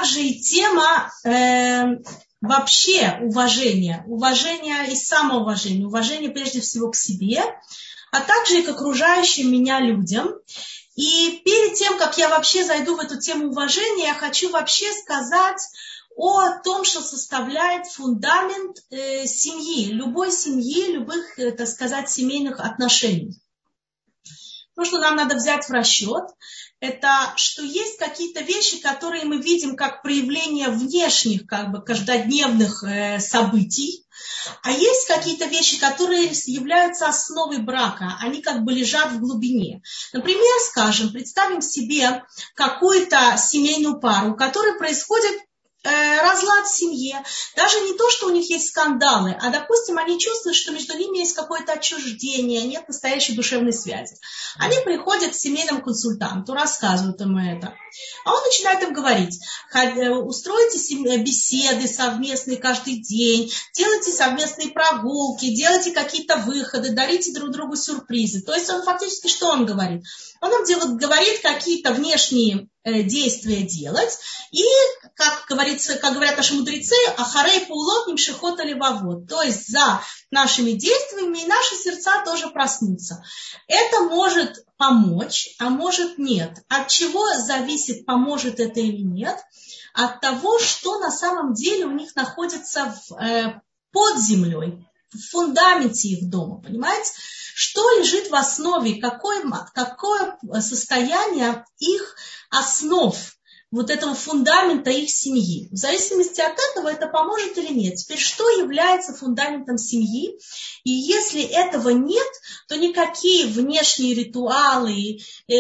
также и тема вообще уважения и самоуважения, уважения прежде всего к себе, а также и к окружающим меня людям. И перед тем, как я вообще зайду в эту тему уважения, я хочу вообще сказать о том, что составляет фундамент семьи, любой семьи, любых, так сказать, семейных отношений. То, что нам надо взять в расчет, это что есть какие-то вещи, которые мы видим как проявление внешних, каждодневных событий, а есть какие-то вещи, которые являются основой брака, они лежат в глубине. Например, скажем, представим себе какую-то семейную пару, у которой происходит разлад в семье, даже не то, что у них есть скандалы, а, допустим, они чувствуют, что между ними есть какое-то отчуждение, нет настоящей душевной связи. Они приходят к семейному консультанту, рассказывают ему это, а он начинает им говорить: устройте беседы совместные каждый день, делайте совместные прогулки, делайте какие-то выходы, дарите друг другу сюрпризы. То есть он фактически что он говорит? Он им говорит какие-то внешние действия делать, и, как говорят наши мудрецы, ахарей паулот нимшехот алевавот, то есть за нашими действиями и наши сердца тоже проснутся. Это может помочь, а может нет. От чего зависит, поможет это или нет? От того, что на самом деле у них находится под землей, в фундаменте их дома, понимаете? Что лежит в основе, какое состояние их основ, вот этого фундамента их семьи. В зависимости от этого это поможет или нет. Теперь, что является фундаментом семьи? И если этого нет, то никакие внешние ритуалы,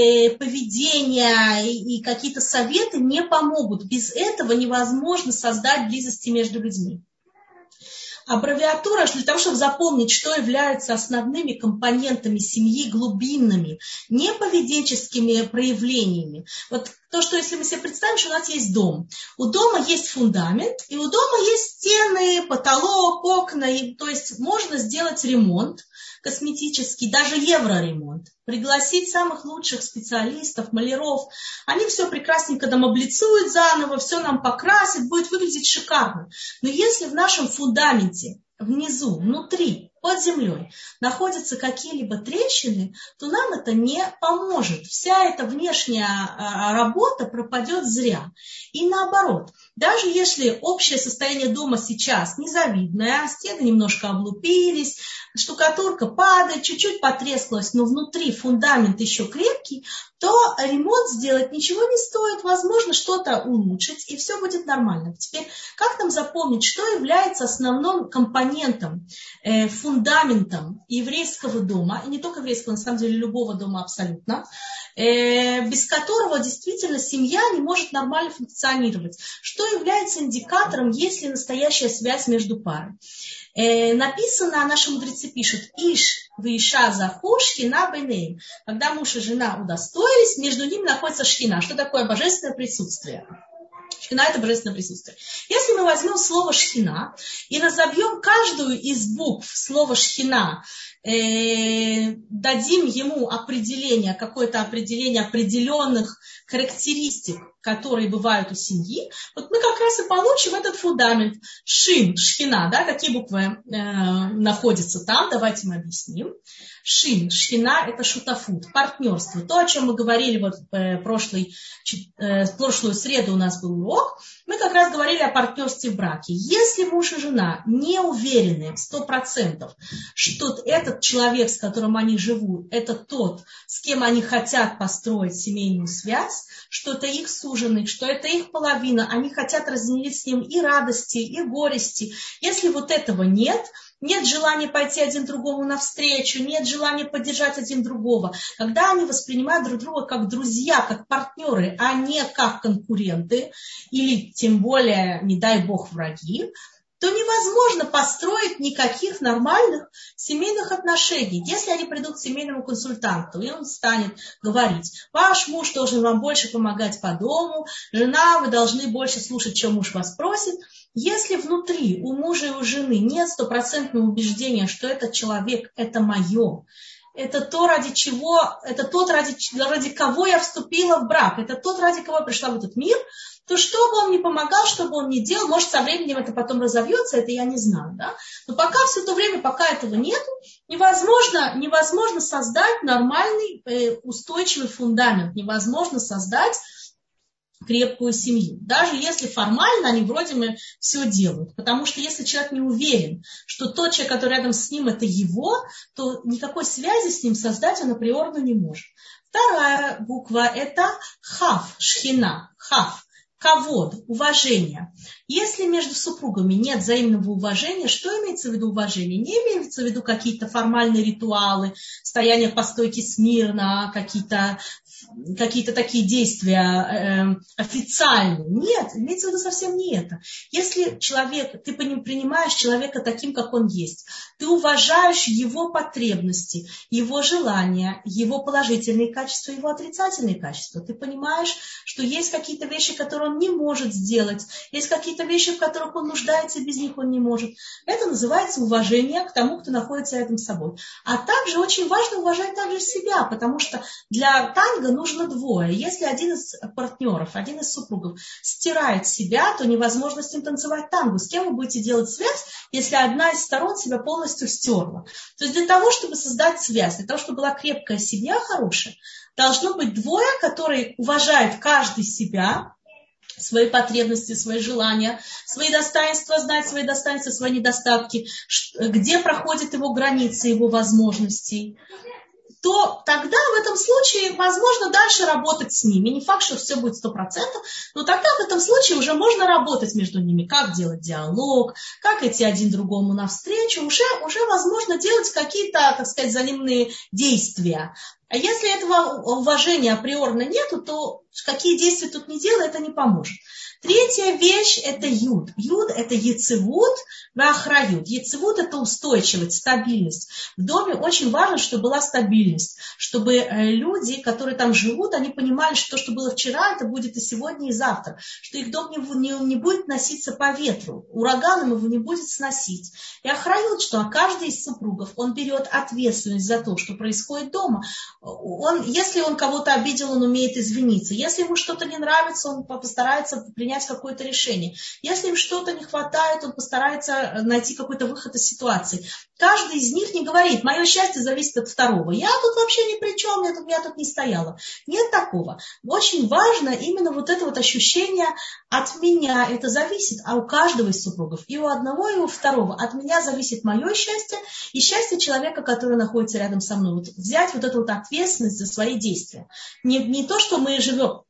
поведения и какие-то советы не помогут. Без этого невозможно создать близости между людьми. Аббревиатура для того, чтобы запомнить, что является основными компонентами семьи, глубинными, не поведенческими проявлениями. Вот то, что если мы себе представим, что у нас есть дом. У дома есть фундамент, и у дома есть стены, потолок, окна. То есть можно сделать ремонт косметический, даже евроремонт. Пригласить самых лучших специалистов, маляров. Они все прекрасненько там облицуют заново, все нам покрасят, будет выглядеть шикарно. Но если в нашем фундаменте, внизу, внутри, под землей находятся какие-либо трещины, то нам это не поможет. Вся эта внешняя работа пропадет зря. И наоборот, даже если общее состояние дома сейчас незавидное, стены немножко облупились, штукатурка падает, чуть-чуть потрескалась, но внутри фундамент еще крепкий, то ремонт сделать ничего не стоит, возможно что-то улучшить, и все будет нормально. Теперь, как нам запомнить, что является основным компонентом, фундаментом еврейского дома, и не только еврейского, на самом деле любого дома абсолютно, без которого действительно семья не может нормально функционировать. Что является индикатором, есть ли настоящая связь между парой? Написано, наши мудрецы пишут: «Иш виша заху шхина бейнеим». Когда муж и жена удостоились, между ними находится шхина. Что такое божественное присутствие? Шхина – это божественное присутствие. Если мы возьмем слово шхина и разобьем каждую из букв слова шхина, дадим ему определение, какое-то определение определенных характеристик, которые бывают у семьи, вот мы как раз и получим этот фундамент. Шин, шхина, да, какие буквы находятся там, давайте мы объясним. Шин, шхина – это шутафут, партнерство. То, о чем мы говорили вот прошлую среду у нас был урок, мы как раз говорили о партнерстве в браке. Если муж и жена не уверены 100%, что этот человек, с которым они живут, это тот, с кем они хотят построить семейную связь, что это их суженый, что это их половина, они хотят разделить с ним и радости, и горести. Если вот этого нет, нет желания пойти один другому навстречу, нет желания поддержать один другого. Когда они воспринимают друг друга как друзья, как партнеры, а не как конкуренты, или тем более, не дай бог, враги, то невозможно построить никаких нормальных семейных отношений. Если они придут к семейному консультанту, и он станет говорить: ваш муж должен вам больше помогать по дому, жена, вы должны больше слушать, чем муж вас просит. Если внутри у мужа и у жены нет стопроцентного убеждения, что этот человек – это мое, это то, ради чего, это тот, ради кого я вступила в брак, это тот, ради кого я пришла в этот мир, то что бы он ни помогал, что бы он ни делал, может, со временем это потом разовьется, это я не знаю, да? Но пока все то время, пока этого нет, невозможно создать нормальный, устойчивый фундамент, невозможно создать крепкую семью. Даже если формально они вроде бы все делают. Потому что если человек не уверен, что тот человек, который рядом с ним, это его, то никакой связи с ним создать он априорно не может. Вторая буква – это хав, шхина, хав. Кавод, уважение. Если между супругами нет взаимного уважения, что имеется в виду уважение? Не имеется в виду какие-то формальные ритуалы, стояние по стойке смирно, какие-то такие действия официальные. Нет, имеется в виду совсем не это. Если ты принимаешь человека таким, как он есть, ты уважаешь его потребности, его желания, его положительные качества, его отрицательные качества. Ты понимаешь, что есть какие-то вещи, которые он не может сделать, есть какие-то вещи, в которых он нуждается, и без них он не может. Это называется уважение к тому, кто находится рядом с собой. А также очень важно уважать также себя, потому что для танго нужно двое. Если один из партнеров, один из супругов стирает себя, то невозможно с ним танцевать танго. С кем вы будете делать связь, если одна из сторон себя полностью стерла? То есть для того, чтобы создать связь, для того, чтобы была крепкая семья хорошая, должно быть двое, которые уважают каждый себя, свои потребности, свои желания, свои достоинства, знать свои достоинства, свои недостатки, где проходят его границы, его возможностей, то тогда в этом случае возможно дальше работать с ними. Не факт, что все будет 100%, но тогда в этом случае уже можно работать между ними, как делать диалог, как идти один другому навстречу, уже возможно делать какие-то, так сказать, взаимные действия. А если этого уважения априорно нету, то какие действия тут не делай, это не поможет. Третья вещь – это юд. Юд – это яцевут вахрают. Яцевут – это устойчивость, стабильность. В доме очень важно, чтобы была стабильность, чтобы люди, которые там живут, они понимали, что то, что было вчера, это будет и сегодня, и завтра, что их дом не будет носиться по ветру, ураганом его не будет сносить. И охрают, что каждый из супругов, он берет ответственность за то, что происходит дома. Если он кого-то обидел, он умеет извиниться. Если ему что-то не нравится, он постарается принять какое-то решение. Если им что-то не хватает, он постарается найти какой-то выход из ситуации. Каждый из них не говорит: мое счастье зависит от второго. Я тут вообще ни при чем, я тут не стояла. Нет такого. Очень важно именно вот это вот ощущение: от меня это зависит, а у каждого из супругов, и у одного, и у второго, от меня зависит мое счастье и счастье человека, который находится рядом со мной. Вот взять вот эту вот ответственность за свои действия. Не то, что мы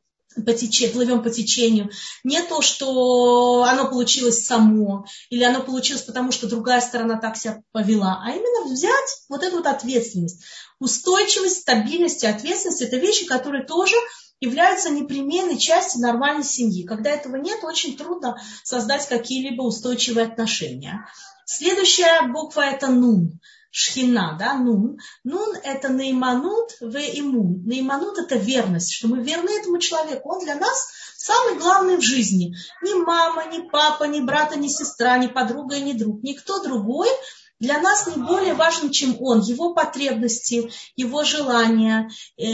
плывем по течению, не то, что оно получилось само, или оно получилось потому, что другая сторона так себя повела, а именно взять вот эту вот ответственность. Устойчивость, стабильность и ответственность – это вещи, которые тоже являются непременной частью нормальной семьи. Когда этого нет, очень трудно создать какие-либо устойчивые отношения. Следующая буква – это нун. Шхина, да, нун. Нун – это нейманут ве имун. Нейманут – это верность, что мы верны этому человеку. Он для нас самый главный в жизни. Ни мама, ни папа, ни брат, ни сестра, ни подруга, ни друг. Никто другой для нас не более важен, чем он. Его потребности, его желания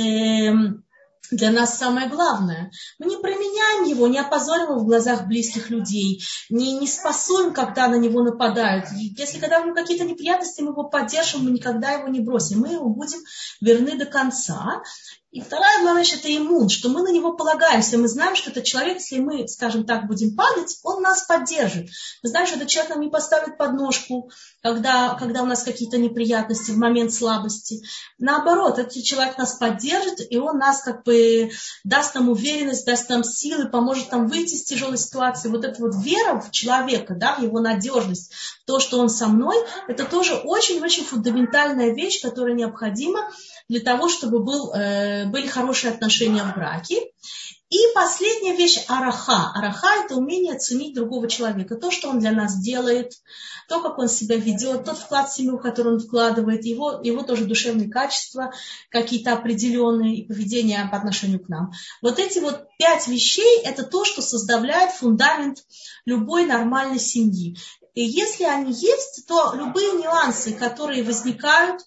для нас самое главное. Мы не променяем его, не опозорим его в глазах близких людей, не спасуем, когда на него нападают. Если когда у него какие-то неприятности, мы его поддержим, мы никогда его не бросим. Мы ему будем верны до конца. И вторая главная вещь – это иммун, что мы на него полагаемся. Мы знаем, что этот человек, если мы, скажем так, будем падать, он нас поддержит. Мы знаем, что этот человек нам не поставит подножку, когда у нас какие-то неприятности, в момент слабости. Наоборот, этот человек нас поддержит, и он нас даст нам уверенность, даст нам силы, поможет нам выйти из тяжелой ситуации. Вот эта вот вера в человека, да, в его надежность, в то, что он со мной, это тоже очень-очень фундаментальная вещь, которая необходима для того, чтобы были хорошие отношения в браке. И последняя вещь – араха. Араха – это умение ценить другого человека. То, что он для нас делает, то, как он себя ведет, тот вклад в семью, который он вкладывает, его тоже душевные качества, какие-то определенные, и поведение по отношению к нам. Вот эти вот 5 вещей – это то, что составляет фундамент любой нормальной семьи. И если они есть, то любые нюансы, которые возникают,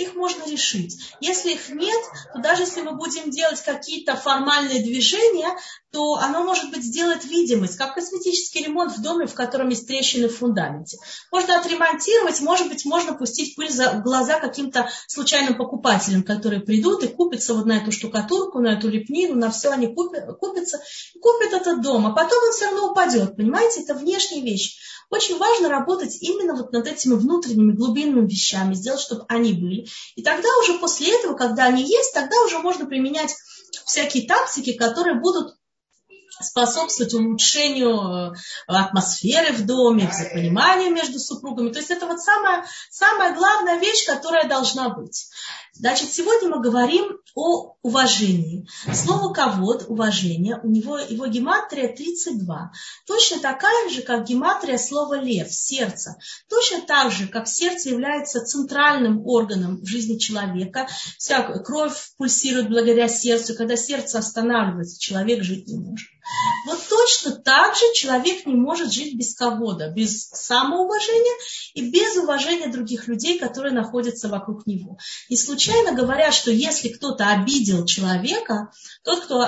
их можно решить. Если их нет, то даже если мы будем делать какие-то формальные движения, то оно, может быть, сделает видимость, как косметический ремонт в доме, в котором есть трещины в фундаменте. Можно отремонтировать, может быть, можно пустить пыль в глаза каким-то случайным покупателям, которые придут и купятся вот на эту штукатурку, на эту лепнину, на все они купятся и купят этот дом, а потом он все равно упадет, понимаете, это внешняя вещь. Очень важно работать именно вот над этими внутренними глубинными вещами, сделать, чтобы они были. И тогда уже после этого, когда они есть, тогда уже можно применять всякие тактики, которые будут способствовать улучшению атмосферы в доме, взаимопониманию между супругами. То есть это вот самая главная вещь, которая должна быть. Значит, сегодня мы говорим о уважении. Слово «кавод», уважение, его гематрия 32. Точно такая же, как гематрия слова «лев», сердце. Точно так же, как сердце является центральным органом в жизни человека. Вся кровь пульсирует благодаря сердцу. Когда сердце останавливается, человек жить не может. Вот точно так же человек не может жить без кавода, без самоуважения и без уважения других людей, которые находятся вокруг него. Не случайно говорят, что если кто-то обидел человека, тот, кто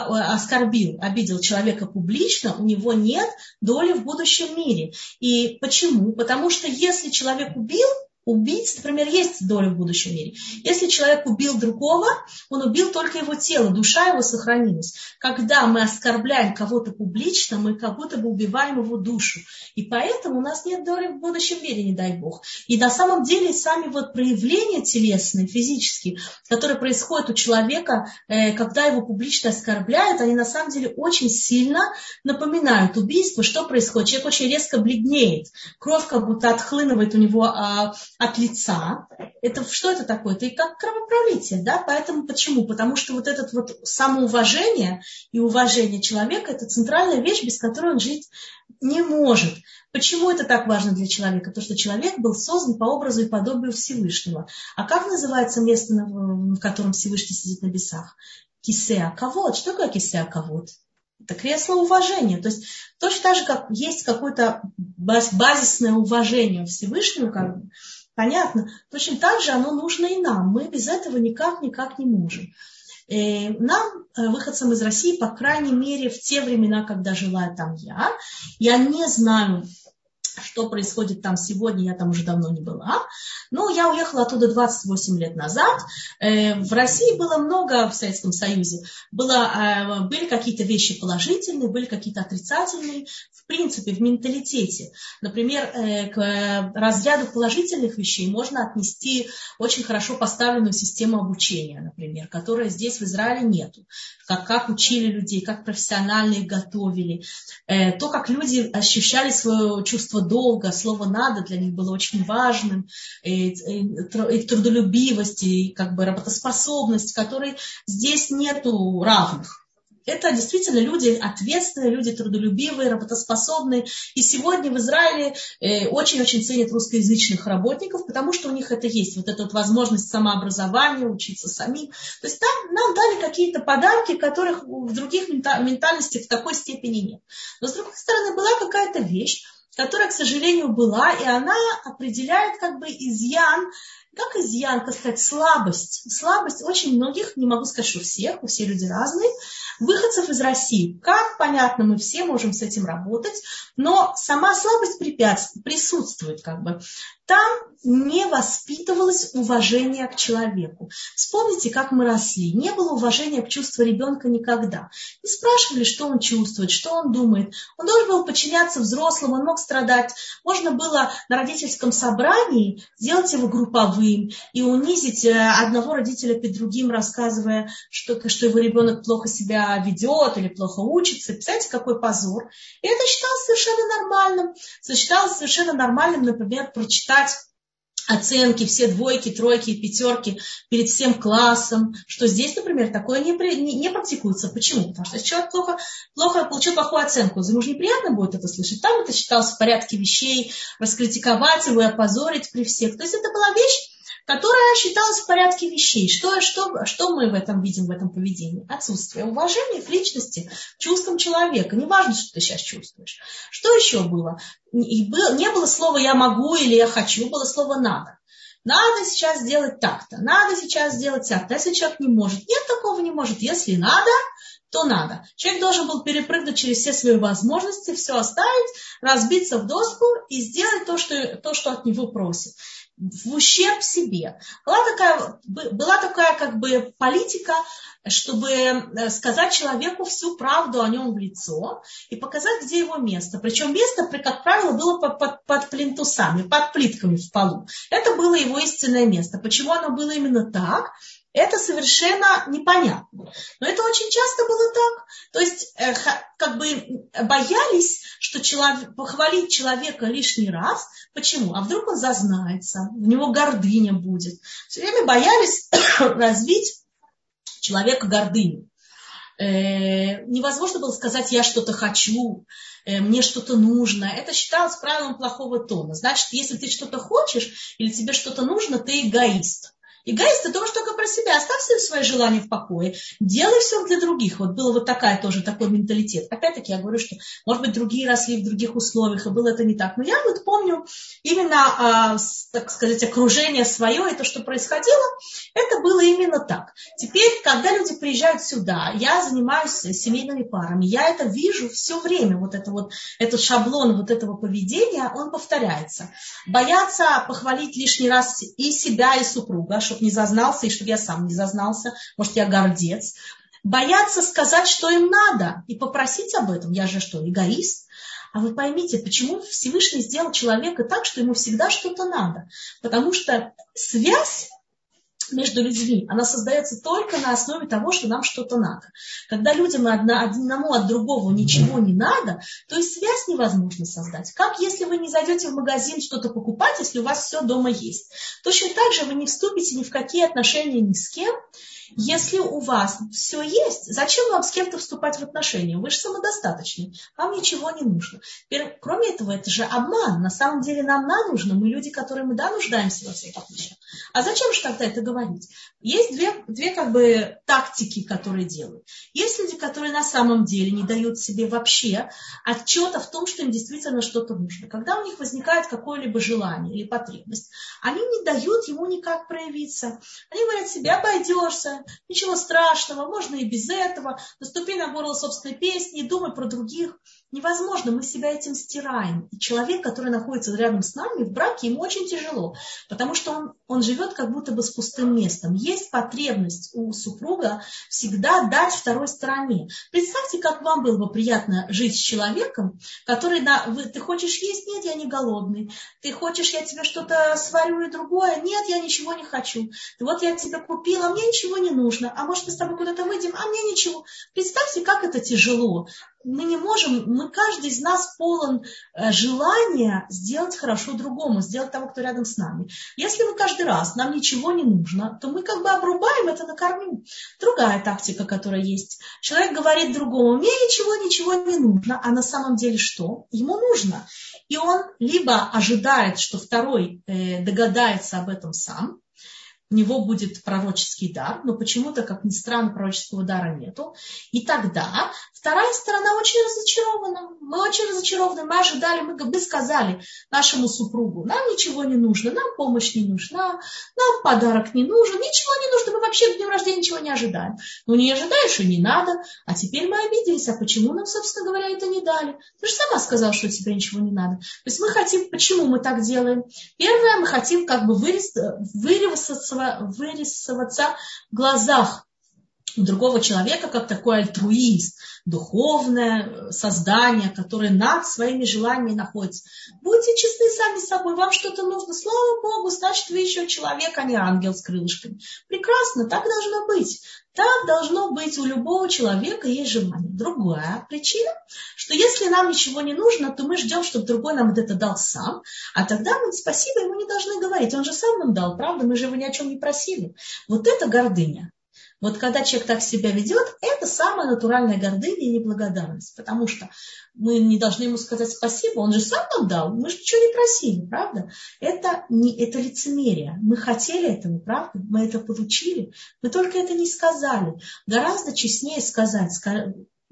обидел человека публично, у него нет доли в будущем мире. И почему? Потому что если человек убийц, например, есть доля в будущем мире. Если человек убил другого, он убил только его тело, душа его сохранилась. Когда мы оскорбляем кого-то публично, мы как будто бы убиваем его душу. И поэтому у нас нет доли в будущем мире, не дай Бог. И на самом деле сами вот проявления телесные, физические, которые происходят у человека, когда его публично оскорбляют, они на самом деле очень сильно напоминают убийство. Что происходит? Человек очень резко бледнеет. Кровь как будто отхлынывает у него от лица. Что это такое? Это и как кровопролитие, да? Поэтому почему? Потому что вот это вот самоуважение и уважение человека – это центральная вещь, без которой он жить не может. Почему это так важно для человека? Потому что человек был создан по образу и подобию Всевышнего. А как называется место, в котором Всевышний сидит на небесах? Кисеа кавод. Что такое кисеа кавод? Это кресло уважения. То есть точно так же, как есть какое-то базисное уважение Всевышнему, как бы, понятно, точно так же оно нужно и нам. Мы без этого никак не можем. Нам, выходцам из России, по крайней мере, в те времена, когда жила там я не знаю, что происходит там сегодня, я там уже давно не была. Но я уехала оттуда 28 лет назад. В России было много, в Советском Союзе, были какие-то вещи положительные, были какие-то отрицательные. В принципе, в менталитете. Например, к разряду положительных вещей можно отнести очень хорошо поставленную систему обучения, например, которой здесь в Израиле нету. Как учили людей, как профессионально их готовили. То, как люди ощущали свое чувство долга, слово «надо» для них было очень важным. Их трудолюбивость, и как бы работоспособность, которой здесь нету равных. Это действительно люди ответственные, люди трудолюбивые, работоспособные. И сегодня в Израиле очень-очень ценят русскоязычных работников, потому что у них это есть. Вот эта вот возможность самообразования, учиться самим. То есть там нам дали какие-то подарки, которых в других ментальностях в такой степени нет. Но с другой стороны была какая-то вещь, которая, к сожалению, была, и она определяет как бы изъян, как сказать, слабость. Слабость очень многих, не могу сказать, что всех, все люди разные, выходцев из России. Как понятно, мы все можем с этим работать, но сама слабость присутствует как бы. Там не воспитывалось уважение к человеку. Вспомните, как мы росли. Не было уважения к чувству ребенка никогда. Не спрашивали, что он чувствует, что он думает. Он должен был подчиняться взрослым, он мог страдать. Можно было на родительском собрании сделать его групповым и унизить одного родителя перед другим, рассказывая, что его ребенок плохо себя ведет или плохо учится. Представляете, какой позор. И это считалось совершенно нормальным. Считалось совершенно нормальным, например, прочитать оценки, все двойки, тройки и пятерки перед всем классом, что здесь, например, такое не практикуется. Почему? Потому что если человек плохо получил плохую оценку, ему же неприятно будет это слышать. Там это считалось в порядке вещей, раскритиковать его и опозорить при всех. То есть это была вещь, которая считалась в порядке вещей. Что мы в этом видим, в этом поведении? Отсутствие уважения к личности, к чувствам человека. Не важно, что ты сейчас чувствуешь. Что еще было? Не было слова «я могу» или «я хочу», было слово «надо». Надо сейчас сделать так-то, надо сейчас сделать так-то. Если человек не может, нет, такого не может. Если надо, то надо. Человек должен был перепрыгнуть через все свои возможности, все оставить, разбиться в доску и сделать то, что от него просят. В ущерб себе. Была такая как бы политика, чтобы сказать человеку всю правду о нем в лицо и показать, где его место. Причем место, как правило, было под плинтусами, под плитками в полу. Это было его истинное место. Почему оно было именно так? Это совершенно непонятно. Но это очень часто было так. То есть, как бы боялись, что похвалить человека лишний раз. Почему? А вдруг он зазнается, у него гордыня будет. Все время боялись развить человека гордыню. Невозможно было сказать, я что-то хочу, мне что-то нужно. Это считалось правилом плохого тона. Значит, если ты что-то хочешь или тебе что-то нужно, ты эгоист. Эгоист, ты думаешь только про себя. Оставь себе свои желания в покое. Делай все для других. Вот был вот такой менталитет. Опять-таки я говорю, что, может быть, другие росли в других условиях, и было это не так. Но я вот помню именно, так сказать, окружение свое, и то, что происходило, это было именно так. Теперь, когда люди приезжают сюда, я занимаюсь семейными парами, я это вижу все время. Этот шаблон вот этого поведения, он повторяется. Боятся похвалить лишний раз и себя, и супруга, чтобы не зазнался, и чтобы я сам не зазнался, может, я гордец. Боятся сказать, что им надо, и попросить об этом. Я же что, эгоист? А вы поймите, почему Всевышний сделал человека так, что ему всегда что-то надо? Потому что связь между людьми, она создается только на основе того, что нам что-то надо. Когда людям одному от другого ничего не надо, то и связь невозможно создать. Как если вы не зайдете в магазин что-то покупать, если у вас все дома есть? Точно так же вы не вступите ни в какие отношения ни с кем, если у вас все есть. Зачем вам с кем-то вступать в отношения? Вы же самодостаточны, вам ничего не нужно. Кроме этого, это же обман. На самом деле нам нужно. Мы люди, которые нуждаемся во всяких вещах. А зачем же тогда это говорить? Есть две как бы тактики, которые делают. Есть люди, которые на самом деле не дают себе вообще отчета в том, что им действительно что-то нужно. Когда у них возникает какое-либо желание или потребность, они не дают ему никак проявиться. Они говорят себе, обойдешься, ничего страшного, можно и без этого, наступи на горло собственной песни, думай про других. Невозможно, мы себя этим стираем. И человек, который находится рядом с нами в браке, ему очень тяжело, потому что он живет как будто бы с пустым местом. Есть потребность у супруга всегда дать второй стороне. Представьте, как вам было бы приятно жить с человеком, который, ты хочешь есть? Нет, я не голодный. Ты хочешь, я тебе что-то сварю и другое? Нет, я ничего не хочу. Вот я тебе купила, мне ничего не нужно. А может, мы с тобой куда-то выйдем? А мне ничего. Представьте, как это тяжело. Мы не можем, каждый из нас полон желания сделать хорошо другому, сделать того, кто рядом с нами. Если мы каждый раз, нам ничего не нужно, то мы как бы обрубаем это на корню. Другая тактика, которая есть. Человек говорит другому, мне ничего не нужно, а на самом деле что? Ему нужно. И он либо ожидает, что второй догадается об этом сам, у него будет пророческий дар, но почему-то, как ни странно, пророческого дара нету. И тогда вторая сторона очень разочарована. Мы очень разочарованы. Мы ожидали, мы бы сказали нашему супругу, нам ничего не нужно, нам помощь не нужна, нам подарок не нужен, ничего не нужно, мы вообще к дню рождения ничего не ожидаем. Ну не ожидаешь и не надо. А теперь мы обиделись, а почему нам, собственно говоря, это не дали? Ты же сама сказала, что тебе ничего не надо. То есть мы хотим, почему мы так делаем? Первое, мы хотим как бы вырисоваться в глазах другого человека, как такой альтруист, духовное создание, которое над своими желаниями находится. Будьте честны сами с собой, вам что-то нужно, слава Богу, значит, вы еще человек, а не ангел с крылышками. Прекрасно, так должно быть. Так должно быть, у любого человека есть желание. Другая причина, что если нам ничего не нужно, то мы ждем, чтобы другой нам это дал сам, а тогда мы спасибо ему не должны говорить. Он же сам нам дал, правда? Мы же его ни о чем не просили. Вот это гордыня. Вот когда человек так себя ведет, это самая натуральная гордыня и неблагодарность. Потому что мы не должны ему сказать спасибо, он же сам нам дал, мы же ничего не просили, правда? Это лицемерие. Мы хотели этого, правда? Мы это получили, мы только это не сказали. Гораздо честнее сказать,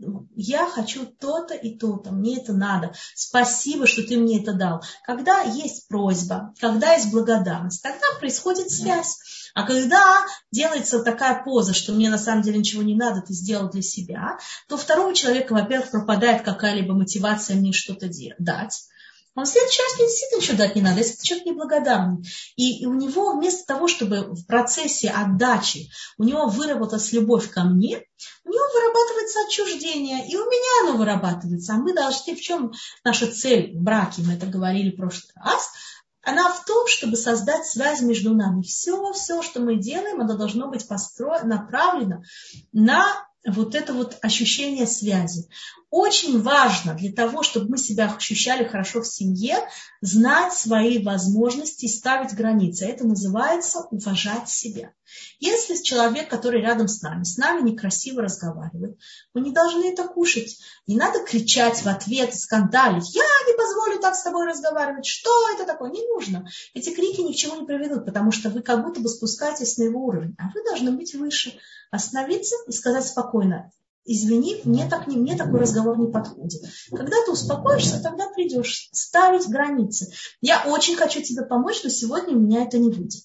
я хочу то-то и то-то, мне это надо, спасибо, что ты мне это дал. Когда есть просьба, когда есть благодарность, тогда происходит связь. А когда делается такая поза, что мне на самом деле ничего не надо, ты сделал для себя, то у второго человека, во-первых, пропадает какая-либо мотивация мне что-то дать. Он в следующий раз мне действительно ничего дать не надо, если ты человек неблагодарный. И у него вместо того, чтобы в процессе отдачи у него выработалась любовь ко мне, у него вырабатывается отчуждение, и у меня оно вырабатывается. А мы должны, в чем наша цель в браке, мы это говорили в прошлый раз, она в том, чтобы создать связь между нами. Все, что мы делаем, оно должно быть направлено на вот это вот ощущение связи. Очень важно для того, чтобы мы себя ощущали хорошо в семье, знать свои возможности и ставить границы. Это называется уважать себя. Если человек, который рядом с нами некрасиво разговаривает, мы не должны это кушать. Не надо кричать в ответ, скандалить. Я не позволю так с тобой разговаривать. Что это такое? Не нужно. Эти крики ни к чему не приведут, потому что вы как будто бы спускаетесь на его уровень. А вы должны быть выше. Остановиться и сказать спокойно: извини, мне такой разговор не подходит. Когда ты успокоишься, тогда придешь ставить границы. Я очень хочу тебе помочь, но сегодня у меня это не выйдет.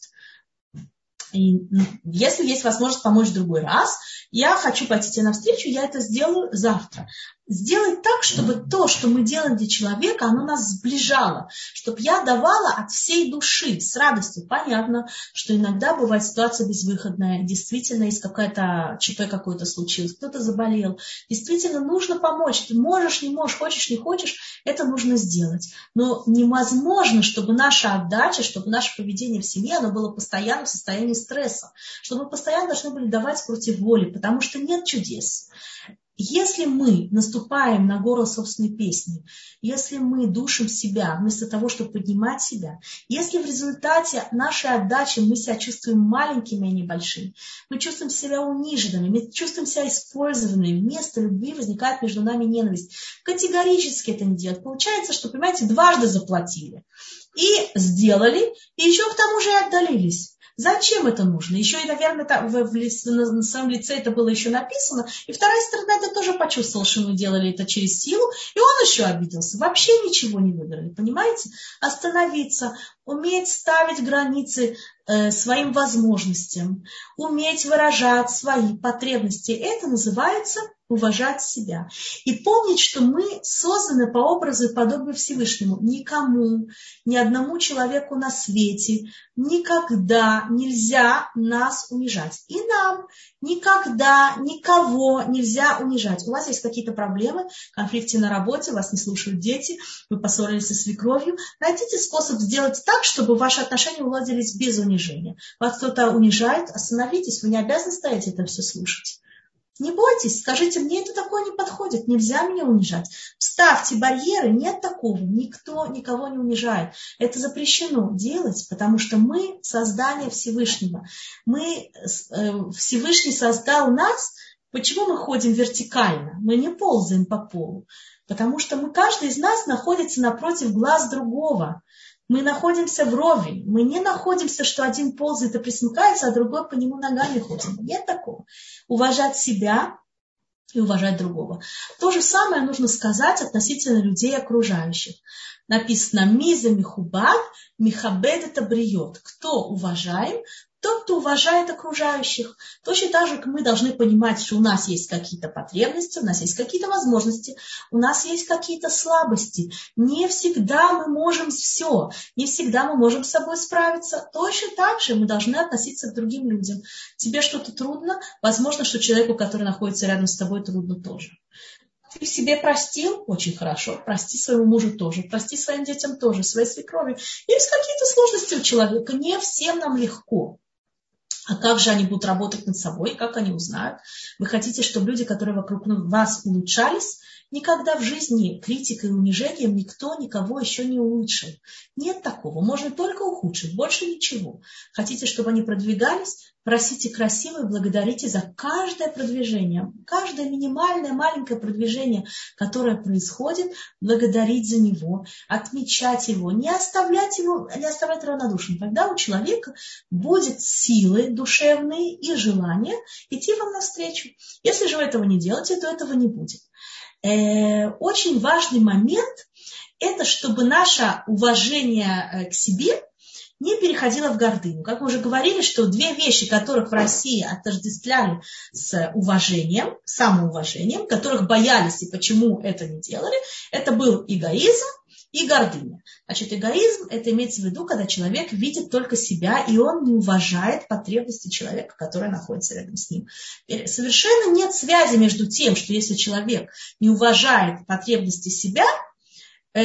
И если есть возможность помочь в другой раз, я хочу пойти тебе навстречу, я это сделаю завтра. Сделать так, чтобы то, что мы делаем для человека, оно нас сближало. Чтобы я давала от всей души, с радостью. Понятно, что иногда бывает ситуация безвыходная. Действительно, есть какая-то ЧП какое-то случилось, кто-то заболел. Действительно, нужно помочь. Ты можешь, не можешь, хочешь, не хочешь, это нужно сделать. Но невозможно, чтобы наша отдача, чтобы наше поведение в семье, оно было постоянно в состоянии стресса. Чтобы мы постоянно должны были давать против воли, потому что нет чудес. Если мы наступаем на горло собственной песни, если мы душим себя вместо того, чтобы поднимать себя, если в результате нашей отдачи мы себя чувствуем маленькими, а не большими, мы чувствуем себя униженными, мы чувствуем себя использованными, вместо любви возникает между нами ненависть. Категорически это не делать. Получается, что, понимаете, дважды заплатили. И сделали, и еще к тому же и отдалились. Зачем это нужно? Еще и, наверное, на своем лице это было еще написано. И вторая сторона это тоже почувствовала, что мы делали это через силу. И он еще обиделся. Вообще ничего не выиграли. Понимаете? Остановиться, уметь ставить границы своим возможностям, уметь выражать свои потребности. Это называется уважать себя. И помнить, что мы созданы по образу и подобию Всевышнему. Никому, ни одному человеку на свете никогда нельзя нас унижать. И нам никогда никого нельзя унижать. У вас есть какие-то проблемы, конфликты на работе, вас не слушают дети, вы поссорились со свекровью. Найдите способ сделать так, чтобы ваши отношения уладились без унижения. Вас кто-то унижает, остановитесь, вы не обязаны стоять это все слушать. Не бойтесь, скажите: мне это такое не подходит, нельзя меня унижать. Ставьте барьеры, нет такого, никто никого не унижает. Это запрещено делать, потому что мы создание Всевышнего. Всевышний создал нас. Почему мы ходим вертикально? Мы не ползаем по полу. Потому что каждый из нас находится напротив глаз другого. Мы находимся вровень. Мы не находимся, что один ползает и присмыкается, а другой по нему ногами ходит. Нет такого. Уважать себя и уважать другого. То же самое нужно сказать относительно людей окружающих. Написано: «Миза михубад, михабед это бриет». Кто уважаем? Тот, кто уважает окружающих. Точно так же, как мы должны понимать, что у нас есть какие-то потребности, у нас есть какие-то возможности, у нас есть какие-то слабости. Не всегда мы можем все, не всегда мы можем с собой справиться. Точно так же мы должны относиться к другим людям. Тебе что-то трудно, возможно, что человеку, который находится рядом с тобой, трудно тоже. Ты себе простил? Очень хорошо. Прости своему мужу тоже. Прости своим детям тоже, своей свекрови. Есть какие-то сложности у человека. Не всем нам легко. А как же они будут работать над собой? Как они узнают? Вы хотите, чтобы люди, которые вокруг вас улучшались? Никогда в жизни критикой и унижением никто никого еще не улучшил. Нет такого. Можно только ухудшить. Больше ничего. Хотите, чтобы они продвигались? Просите красиво и благодарите за каждое продвижение. Каждое минимальное, маленькое продвижение, которое происходит, благодарить за него, отмечать его, не оставлять равнодушным. Тогда у человека будет силы душевные и желание идти вам навстречу. Если же вы этого не делаете, то этого не будет. очень важный момент – это чтобы наше уважение к себе не переходило в гордыню. Как мы уже говорили, что две вещи, которых в России отождествляли с уважением, самоуважением, которых боялись и почему это не делали, это был эгоизм и гордыня. Значит, эгоизм – это имеется в виду, когда человек видит только себя, и он не уважает потребности человека, который находится рядом с ним. Совершенно нет связи между тем, что если человек не уважает потребности себя, он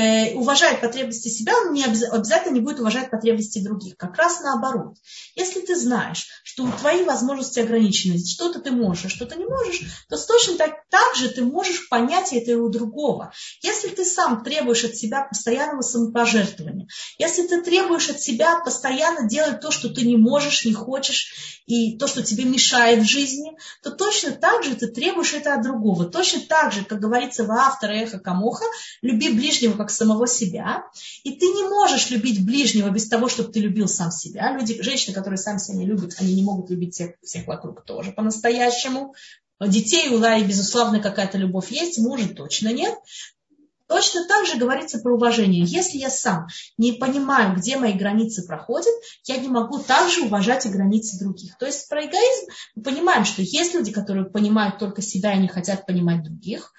не обязательно не будет уважать потребности других. Как раз наоборот. Если ты знаешь, что твои возможности ограничены, что-то ты можешь, а что-то не можешь, то точно так же ты можешь понять это и у другого. Если ты сам требуешь от себя постоянного самопожертвования, если ты требуешь от себя постоянно делать то, что ты не можешь, не хочешь, и то, что тебе мешает в жизни, то точно так же ты требуешь это от другого. Точно так же, как говорится в автора Эхо Камоха, люби ближнего как самого себя, и ты не можешь любить ближнего без того, чтобы ты любил сам себя. Женщины, которые сами себя не любят, они не могут любить всех вокруг тоже по-настоящему. Детей у Лаи, безусловно, какая-то любовь есть, мужа точно нет. Точно так же говорится про уважение. Если я сам не понимаю, где мои границы проходят, я не могу также уважать и границы других. То есть про эгоизм мы понимаем, что есть люди, которые понимают только себя и не хотят понимать других.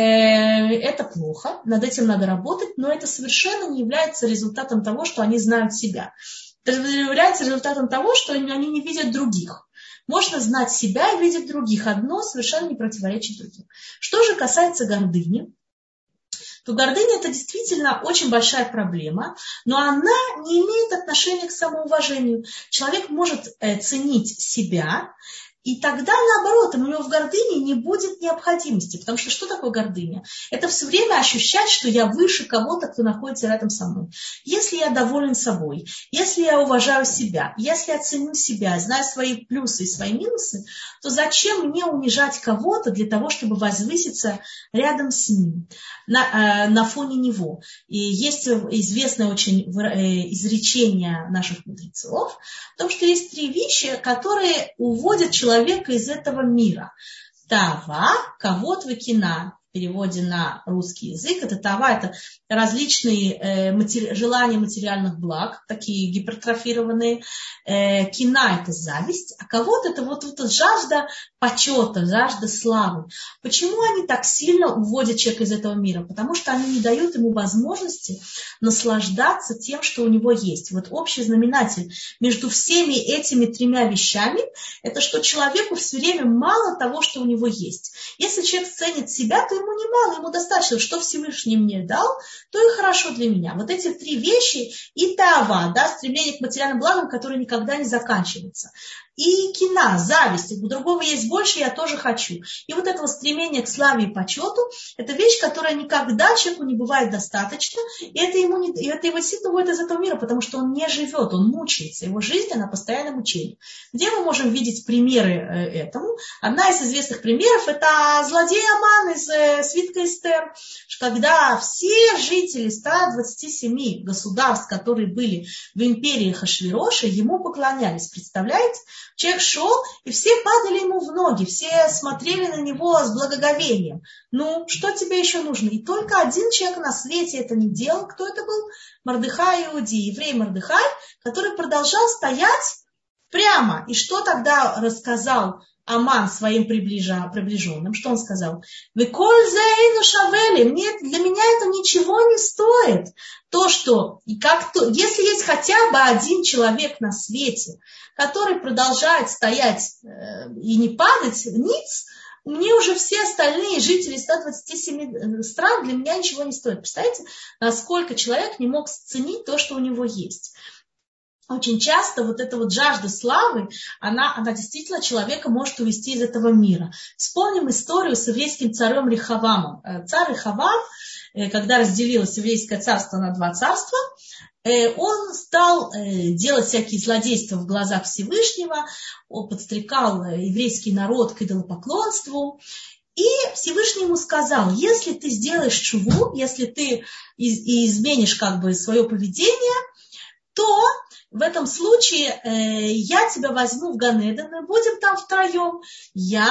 Это плохо, над этим надо работать, но это совершенно не является результатом того, что они знают себя. Это является результатом того, что они не видят других. Можно знать себя и видеть других. Одно совершенно не противоречит другим. Что же касается гордыни, то гордыня – это действительно очень большая проблема, но она не имеет отношения к самоуважению. Человек может ценить себя, и тогда, наоборот, у него в гордыне не будет необходимости. Потому что такое гордыня? Это все время ощущать, что я выше кого-то, кто находится рядом со мной. Если я доволен собой, если я уважаю себя, если я ценю себя, знаю свои плюсы и свои минусы, то зачем мне унижать кого-то для того, чтобы возвыситься рядом с ним, на фоне него? И есть известное очень изречение наших мудрецов о том, что есть три вещи, которые уводят человека из этого мира. Тава, кавод векина. В переводе на русский язык. Это тава, это различные желания материальных благ, такие гипертрофированные. Кина – это зависть, а кавод – это вот эта жажда почета, жажда славы. Почему они так сильно уводят человека из этого мира? Потому что они не дают ему возможности наслаждаться тем, что у него есть. Вот общий знаменатель между всеми этими тремя вещами – это что человеку все время мало того, что у него есть. Если человек ценит себя, то ему не мало, ему достаточно, что Всевышний мне дал, то и хорошо для меня. Вот эти три вещи и тава, стремление к материальным благам, которые никогда не заканчиваются. И кина, зависть, у другого есть больше, я тоже хочу. И вот это стремление к славе и почету, это вещь, которая никогда человеку не бывает достаточно, и это его действительно выводит из этого мира, потому что он не живет, он мучается, его жизнь, она постоянно мучение. Где мы можем видеть примеры этому? Одна из известных примеров – это злодей Аман из свитка Эстер, когда все жители 127 государств, которые были в империи Ахашвироша, ему поклонялись. Представляете? Человек шел, и все падали ему в ноги, все смотрели на него с благоговением. Ну, что тебе еще нужно? И только один человек на свете это не делал. Кто это был? Мордехай Иудей, еврей Мордехай, который продолжал стоять прямо. И что тогда рассказал Аман своим приближенным? Что он сказал? Для меня это ничего не стоит. Если есть хотя бы один человек на свете, который продолжает стоять и не падать ниц, мне уже все остальные жители 127 стран для меня ничего не стоят. Представляете, насколько человек не мог ценить то, что у него есть. Очень часто вот эта вот жажда славы, она действительно человека может увести из этого мира. Вспомним историю с еврейским царем Рехавамом. Царь Рехавам, когда разделилось еврейское царство на два царства, он стал делать всякие злодейства в глазах Всевышнего, он подстрекал еврейский народ к идолопоклонству. И Всевышний ему сказал: если ты сделаешь шуву, если ты изменишь свое поведение, то в этом случае я тебя возьму в Ганеден, мы будем там втроем. Я,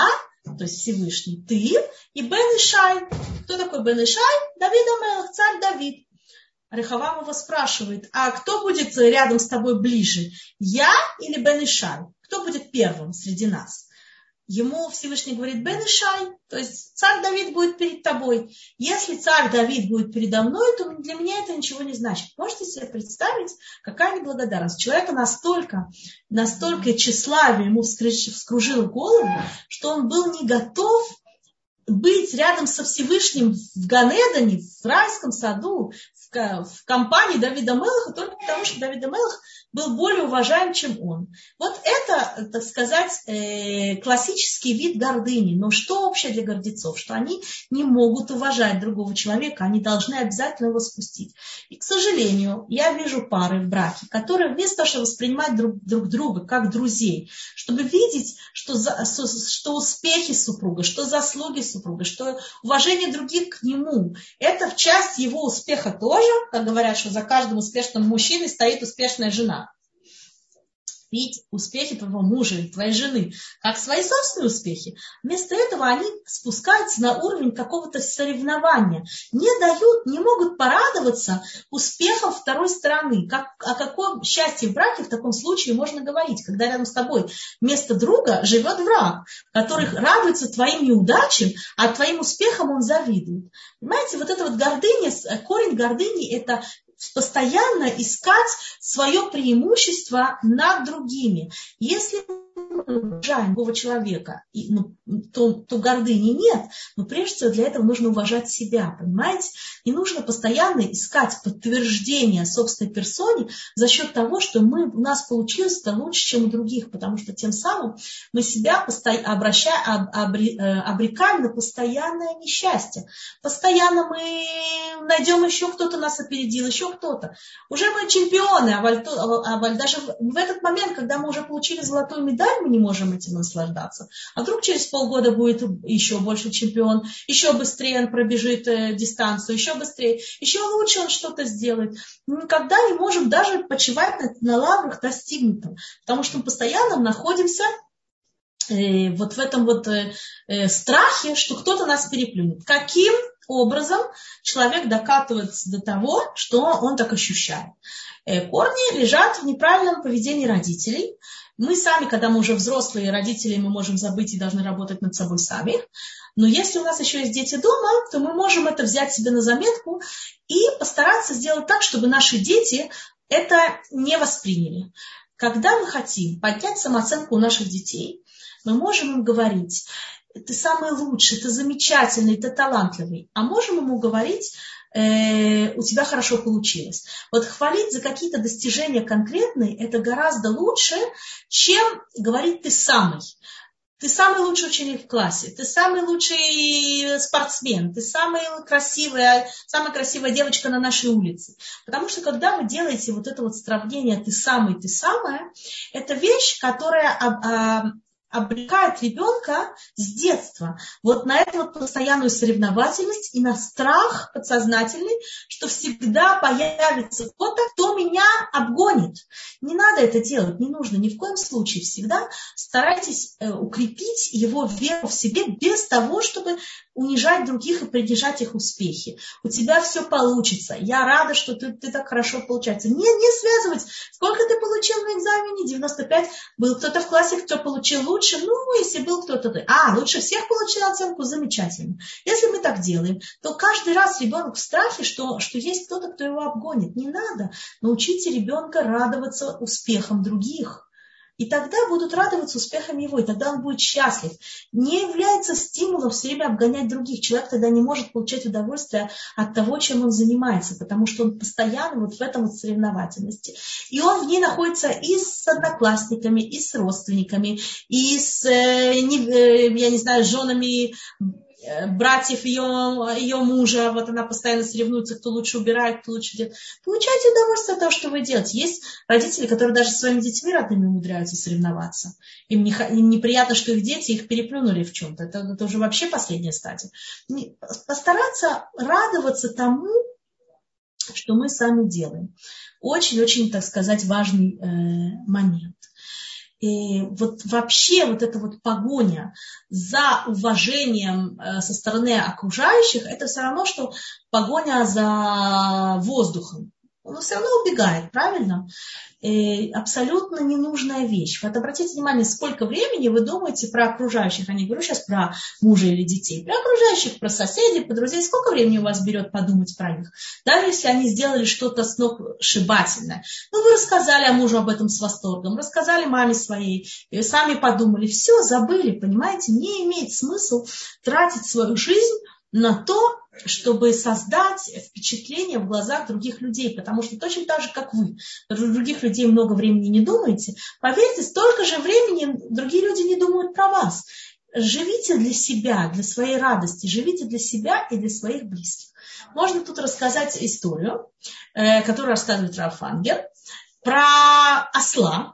то есть Всевышний, ты и Бен Ишай. Кто такой Бен Ишай? Давид ха-Мелех, царь Давид. Рехавам его спрашивает, а кто будет рядом с тобой ближе, я или Бен Ишай? Кто будет первым среди нас? Ему Всевышний говорит Бен Ишай, то есть царь Давид будет перед тобой. Если царь Давид будет передо мной, то для меня это ничего не значит. Можете себе представить, какая неблагодарность. Человека настолько тщеславие ему вскружило голову, что он был не готов быть рядом со Всевышним в Ганедане, в райском саду, в компании Давида ха-Мелеха, только потому, что Давид ха-Мелех был более уважаем, чем он. Вот это, так сказать, классический вид гордыни. Но что общее для гордецов? Что они не могут уважать другого человека, они должны обязательно его спустить. И, к сожалению, я вижу пары в браке, которые вместо того, чтобы воспринимать друг друга как друзей, чтобы видеть, что успехи супруга, что заслуги супруга, что уважение других к нему, это в часть его успеха тоже, как говорят, что за каждым успешным мужчиной стоит успешная жена. Видеть успехи твоего мужа или твоей жены как свои собственные успехи. Вместо этого они спускаются на уровень какого-то соревнования. Не могут порадоваться успехом второй стороны. О каком счастье в браке в таком случае можно говорить, когда рядом с тобой вместо друга живет враг, который радуется твоим неудачам, а твоим успехам он завидует. Понимаете, вот эта вот гордыня, корень гордыни – это постоянно искать свое преимущество над другими. Если мы уважаем другого человека, то гордыни нет, но прежде всего для этого нужно уважать себя, понимаете? Не нужно постоянно искать подтверждение собственной персоне за счет того, что у нас получилось это лучше, чем у других, потому что тем самым мы себя обрекаем на постоянное несчастье. Постоянно мы найдем еще кто-то нас опередил, еще кто-то. Уже мы чемпионы, а даже в этот момент, когда мы уже получили золотую медаль, мы не можем этим наслаждаться. А вдруг через полгода будет еще больше чемпион, еще быстрее он пробежит дистанцию, еще быстрее, еще лучше он что-то сделает. Мы никогда не можем даже почивать на лаврах достигнутом, потому что мы постоянно находимся вот в этом вот страхе, что кто-то нас переплюнет. Каким образом человек докатывается до того, что он так ощущает? Корни лежат в неправильном поведении родителей. Мы сами, когда мы уже взрослые родители, мы можем забыть и должны работать над собой сами. Но если у нас еще есть дети дома, то мы можем это взять себе на заметку и постараться сделать так, чтобы наши дети это не восприняли. Когда мы хотим поднять самооценку у наших детей, мы можем им говорить: ты самый лучший, ты замечательный, ты талантливый. А можем ему говорить: у тебя хорошо получилось. Вот хвалить за какие-то достижения конкретные, это гораздо лучше, чем говорить ты самый. Ты самый лучший ученик в классе, ты самый лучший спортсмен, ты самая красивая девочка на нашей улице. Потому что когда вы делаете вот это вот сравнение ты самая, это вещь, которая обрекает ребенка с детства вот на эту вот постоянную соревновательность и на страх подсознательный, что всегда появится кто-то, кто меня обгонит. Не надо это делать, не нужно ни в коем случае. Всегда старайтесь укрепить его веру в себе без того, чтобы унижать других и принижать их успехи. У тебя все получится. Я рада, что ты так хорошо получается. Не связывать, сколько ты получил на экзамене, 95. Был кто-то в классе, кто получил лучше. Ну, если был кто-то... лучше всех получил оценку, замечательно. Если мы так делаем, то каждый раз ребенок в страхе, что есть кто-то, кто его обгонит. Не надо. Научите ребенка радоваться успехам других. И тогда будут радоваться успехам его, и тогда он будет счастлив. Не является стимулом все время обгонять других. Человек тогда не может получать удовольствие от того, чем он занимается, потому что он постоянно вот в этом вот соревновательности. И он в ней находится и с одноклассниками, и с родственниками, и с, с женами братьев ее мужа, вот она постоянно соревнуется, кто лучше убирает, кто лучше делает. Получайте удовольствие от того, что вы делаете. Есть родители, которые даже со своими детьми родными умудряются соревноваться. Им неприятно, что их дети их переплюнули в чем-то. Это уже вообще последняя стадия. Постараться радоваться тому, что мы сами делаем. Очень-очень, так сказать, важный момент. И вот вообще вот эта вот погоня за уважением со стороны окружающих, это все равно, что погоня за воздухом. Он все равно убегает, правильно? И абсолютно ненужная вещь. Вот обратите внимание, сколько времени вы думаете про окружающих. Я не говорю сейчас про мужа или детей. Про окружающих, про соседей, про друзей. Сколько времени у вас берет подумать про них? Даже если они сделали что-то сногсшибательное. Ну, вы рассказали мужу об этом с восторгом, рассказали маме своей, и сами подумали. Все, забыли, понимаете? Не имеет смысла тратить свою жизнь на то, чтобы создать впечатление в глазах других людей, потому что точно так же, как вы, других людей много времени не думаете, поверьте, столько же времени другие люди не думают про вас. Живите для себя, для своей радости, живите для себя и для своих близких. Можно тут рассказать историю, которую рассказывает Рав Фангер, про осла,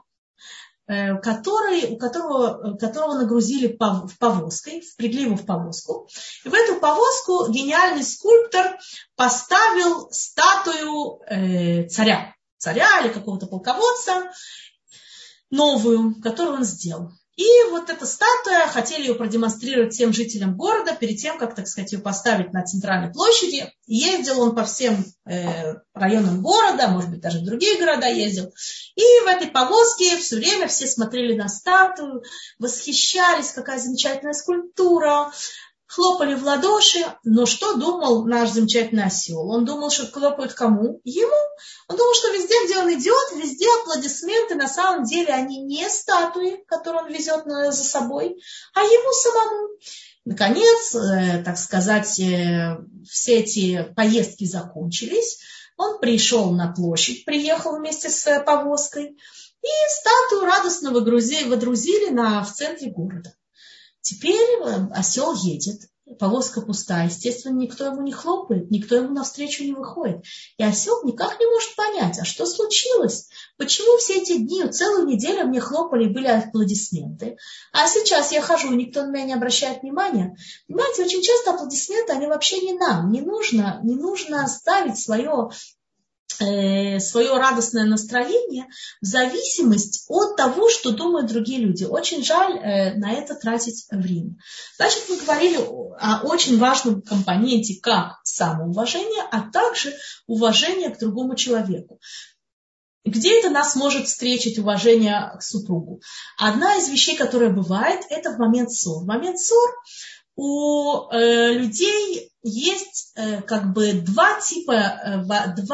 которого нагрузили в повозкой, впрягли его в повозку. И в эту повозку гениальный скульптор поставил статую царя или какого-то полководца, новую, которую он сделал. И вот эта статуя, хотели ее продемонстрировать всем жителям города, перед тем, как, так сказать, ее поставить на центральной площади. Ездил он по всем районам города, может быть, даже в другие города ездил. И в этой повозке все время все смотрели на статую, восхищались, какая замечательная скульптура, хлопали в ладоши. Но что думал наш замечательный осел? Он думал, что хлопают кому? Ему. Он думал, что везде, где он идет, везде аплодисменты. На самом деле они не статуи, которые он везет за собой, а ему самому. Наконец, так сказать, все эти поездки закончились. Он пришел на площадь, приехал вместе с повозкой. И статую радостно водрузили в центре города. Теперь осел едет, повозка пустая, естественно, никто ему не хлопает, никто ему навстречу не выходит. И осел никак не может понять, а что случилось? Почему все эти дни, целую неделю мне хлопали и были аплодисменты, а сейчас я хожу, и никто на меня не обращает внимания? Понимаете, очень часто аплодисменты, они вообще не нам, не нужно ставить свое радостное настроение в зависимость от того, что думают другие люди. Очень жаль на это тратить время. Значит, мы говорили о очень важном компоненте, как самоуважение, а также уважение к другому человеку. Где это нас может встретить уважение к супругу? Одна из вещей, которая бывает, это в момент ссор. В момент ссор у людей есть как бы два типа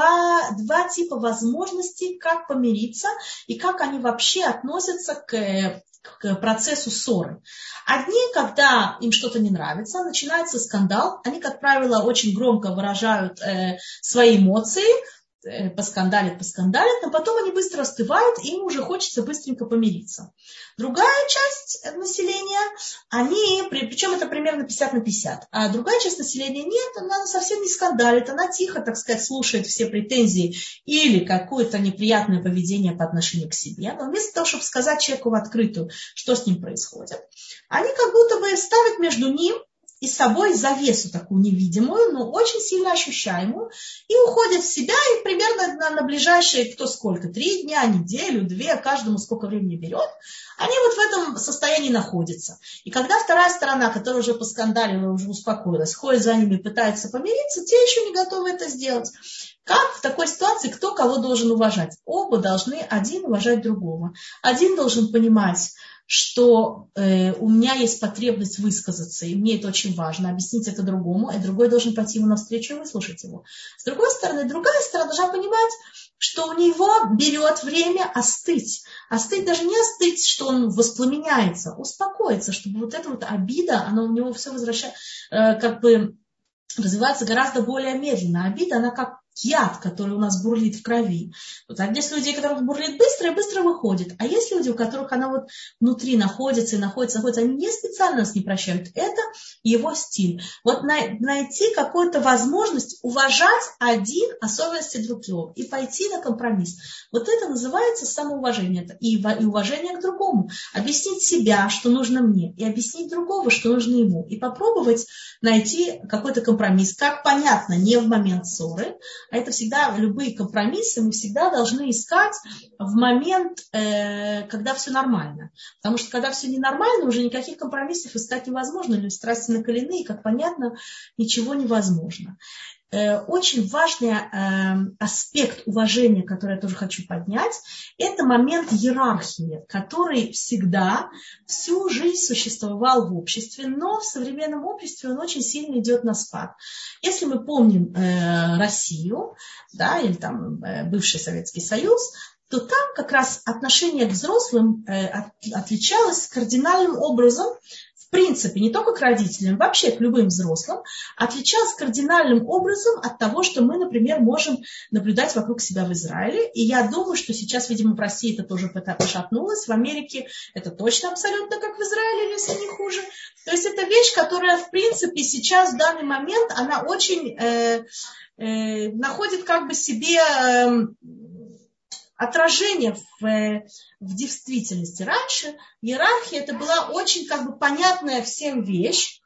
возможностей, как помириться и как они вообще относятся к процессу ссоры. Одни, когда им что-то не нравится, начинается скандал, они, как правило, очень громко выражают свои эмоции, поскандалят, но потом они быстро остывают, и им уже хочется быстренько помириться. Другая часть населения, причем это примерно 50/50, а другая часть населения нет, она совсем не скандалит, она тихо, так сказать, слушает все претензии или какое-то неприятное поведение по отношению к себе, но вместо того, чтобы сказать человеку в открытую, что с ним происходит, они как будто бы ставят между ним и с собой завесу такую невидимую, но очень сильно ощущаемую, и уходят в себя, и примерно на ближайшие 3 дня, неделю, 2, каждому сколько времени берет, они вот в этом состоянии находятся. И когда вторая сторона, которая уже поскандалила, уже успокоилась, ходит за ними и пытается помириться, те еще не готовы это сделать. Как в такой ситуации кто кого должен уважать? Оба должны один уважать другого. Один должен понимать, что у меня есть потребность высказаться, и мне это очень важно, объяснить это другому, и другой должен пойти ему навстречу и выслушать его. С другой стороны, другая сторона должна понимать, что у него берет время остыть. Остыть даже не остыть, что он воспламеняется, успокоиться, чтобы вот эта вот обида, она у него все развивается гораздо более медленно. Обида, она как яд, который у нас бурлит в крови. Вот есть люди, у которых бурлит быстро и быстро выходит. А есть люди, у которых она вот внутри находится, они не специально нас не прощают. Это его стиль. Вот найти какую-то возможность уважать один особенности другого и пойти на компромисс. Вот это называется самоуважение. И уважение к другому. Объяснить себя, что нужно мне, и объяснить другого, что нужно ему. И попробовать найти какой-то компромисс. Как понятно, не в момент ссоры, а это всегда любые компромиссы мы всегда должны искать в момент, когда все нормально. Потому что когда все ненормально, уже никаких компромиссов искать невозможно, люди страсти накалены, и, как понятно, ничего невозможно. Очень важный аспект уважения, который я тоже хочу поднять, это момент иерархии, который всегда всю жизнь существовал в обществе, но в современном обществе он очень сильно идет на спад. Если мы помним Россию, да, или там бывший Советский Союз, то там как раз отношение к взрослым отличалось кардинальным образом. В принципе, не только к родителям, вообще к любым взрослым, отличалось кардинальным образом от того, что мы, например, можем наблюдать вокруг себя в Израиле. И я думаю, что сейчас, видимо, в России это тоже пошатнулось, в Америке это точно абсолютно как в Израиле, если не хуже. То есть это вещь, которая, в принципе, сейчас, в данный момент, она очень находит как бы себе отражение в действительности. Раньше иерархия это была очень как бы понятная всем вещь.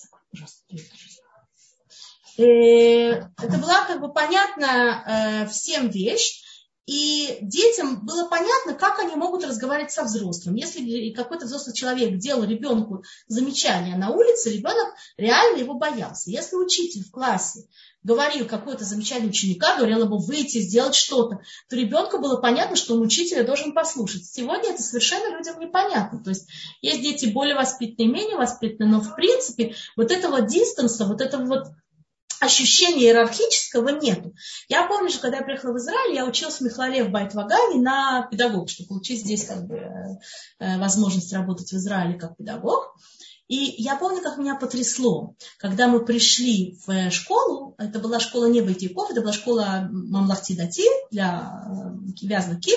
Это была как бы понятная всем вещь. И детям было понятно, как они могут разговаривать со взрослым. Если какой-то взрослый человек делал ребенку замечание на улице, ребенок реально его боялся. Если учитель в классе говорил какое-то замечание ученика, говорил ему выйти, сделать что-то, то ребенку было понятно, что он учителя должен послушать. Сегодня это совершенно людям непонятно. То есть есть дети более воспитанные, менее воспитанные, но в принципе вот этого дистанса, вот этого вот ощущения иерархического нету. Я помню, что когда я приехала в Израиль, я училась в Михлале в Байт-Вагане на педагога, чтобы получить здесь как бы возможность работать в Израиле как педагог. И я помню, как меня потрясло, когда мы пришли в школу, это была школа не Байтиков, это была школа Мамлахти Дати для Вязных Кив.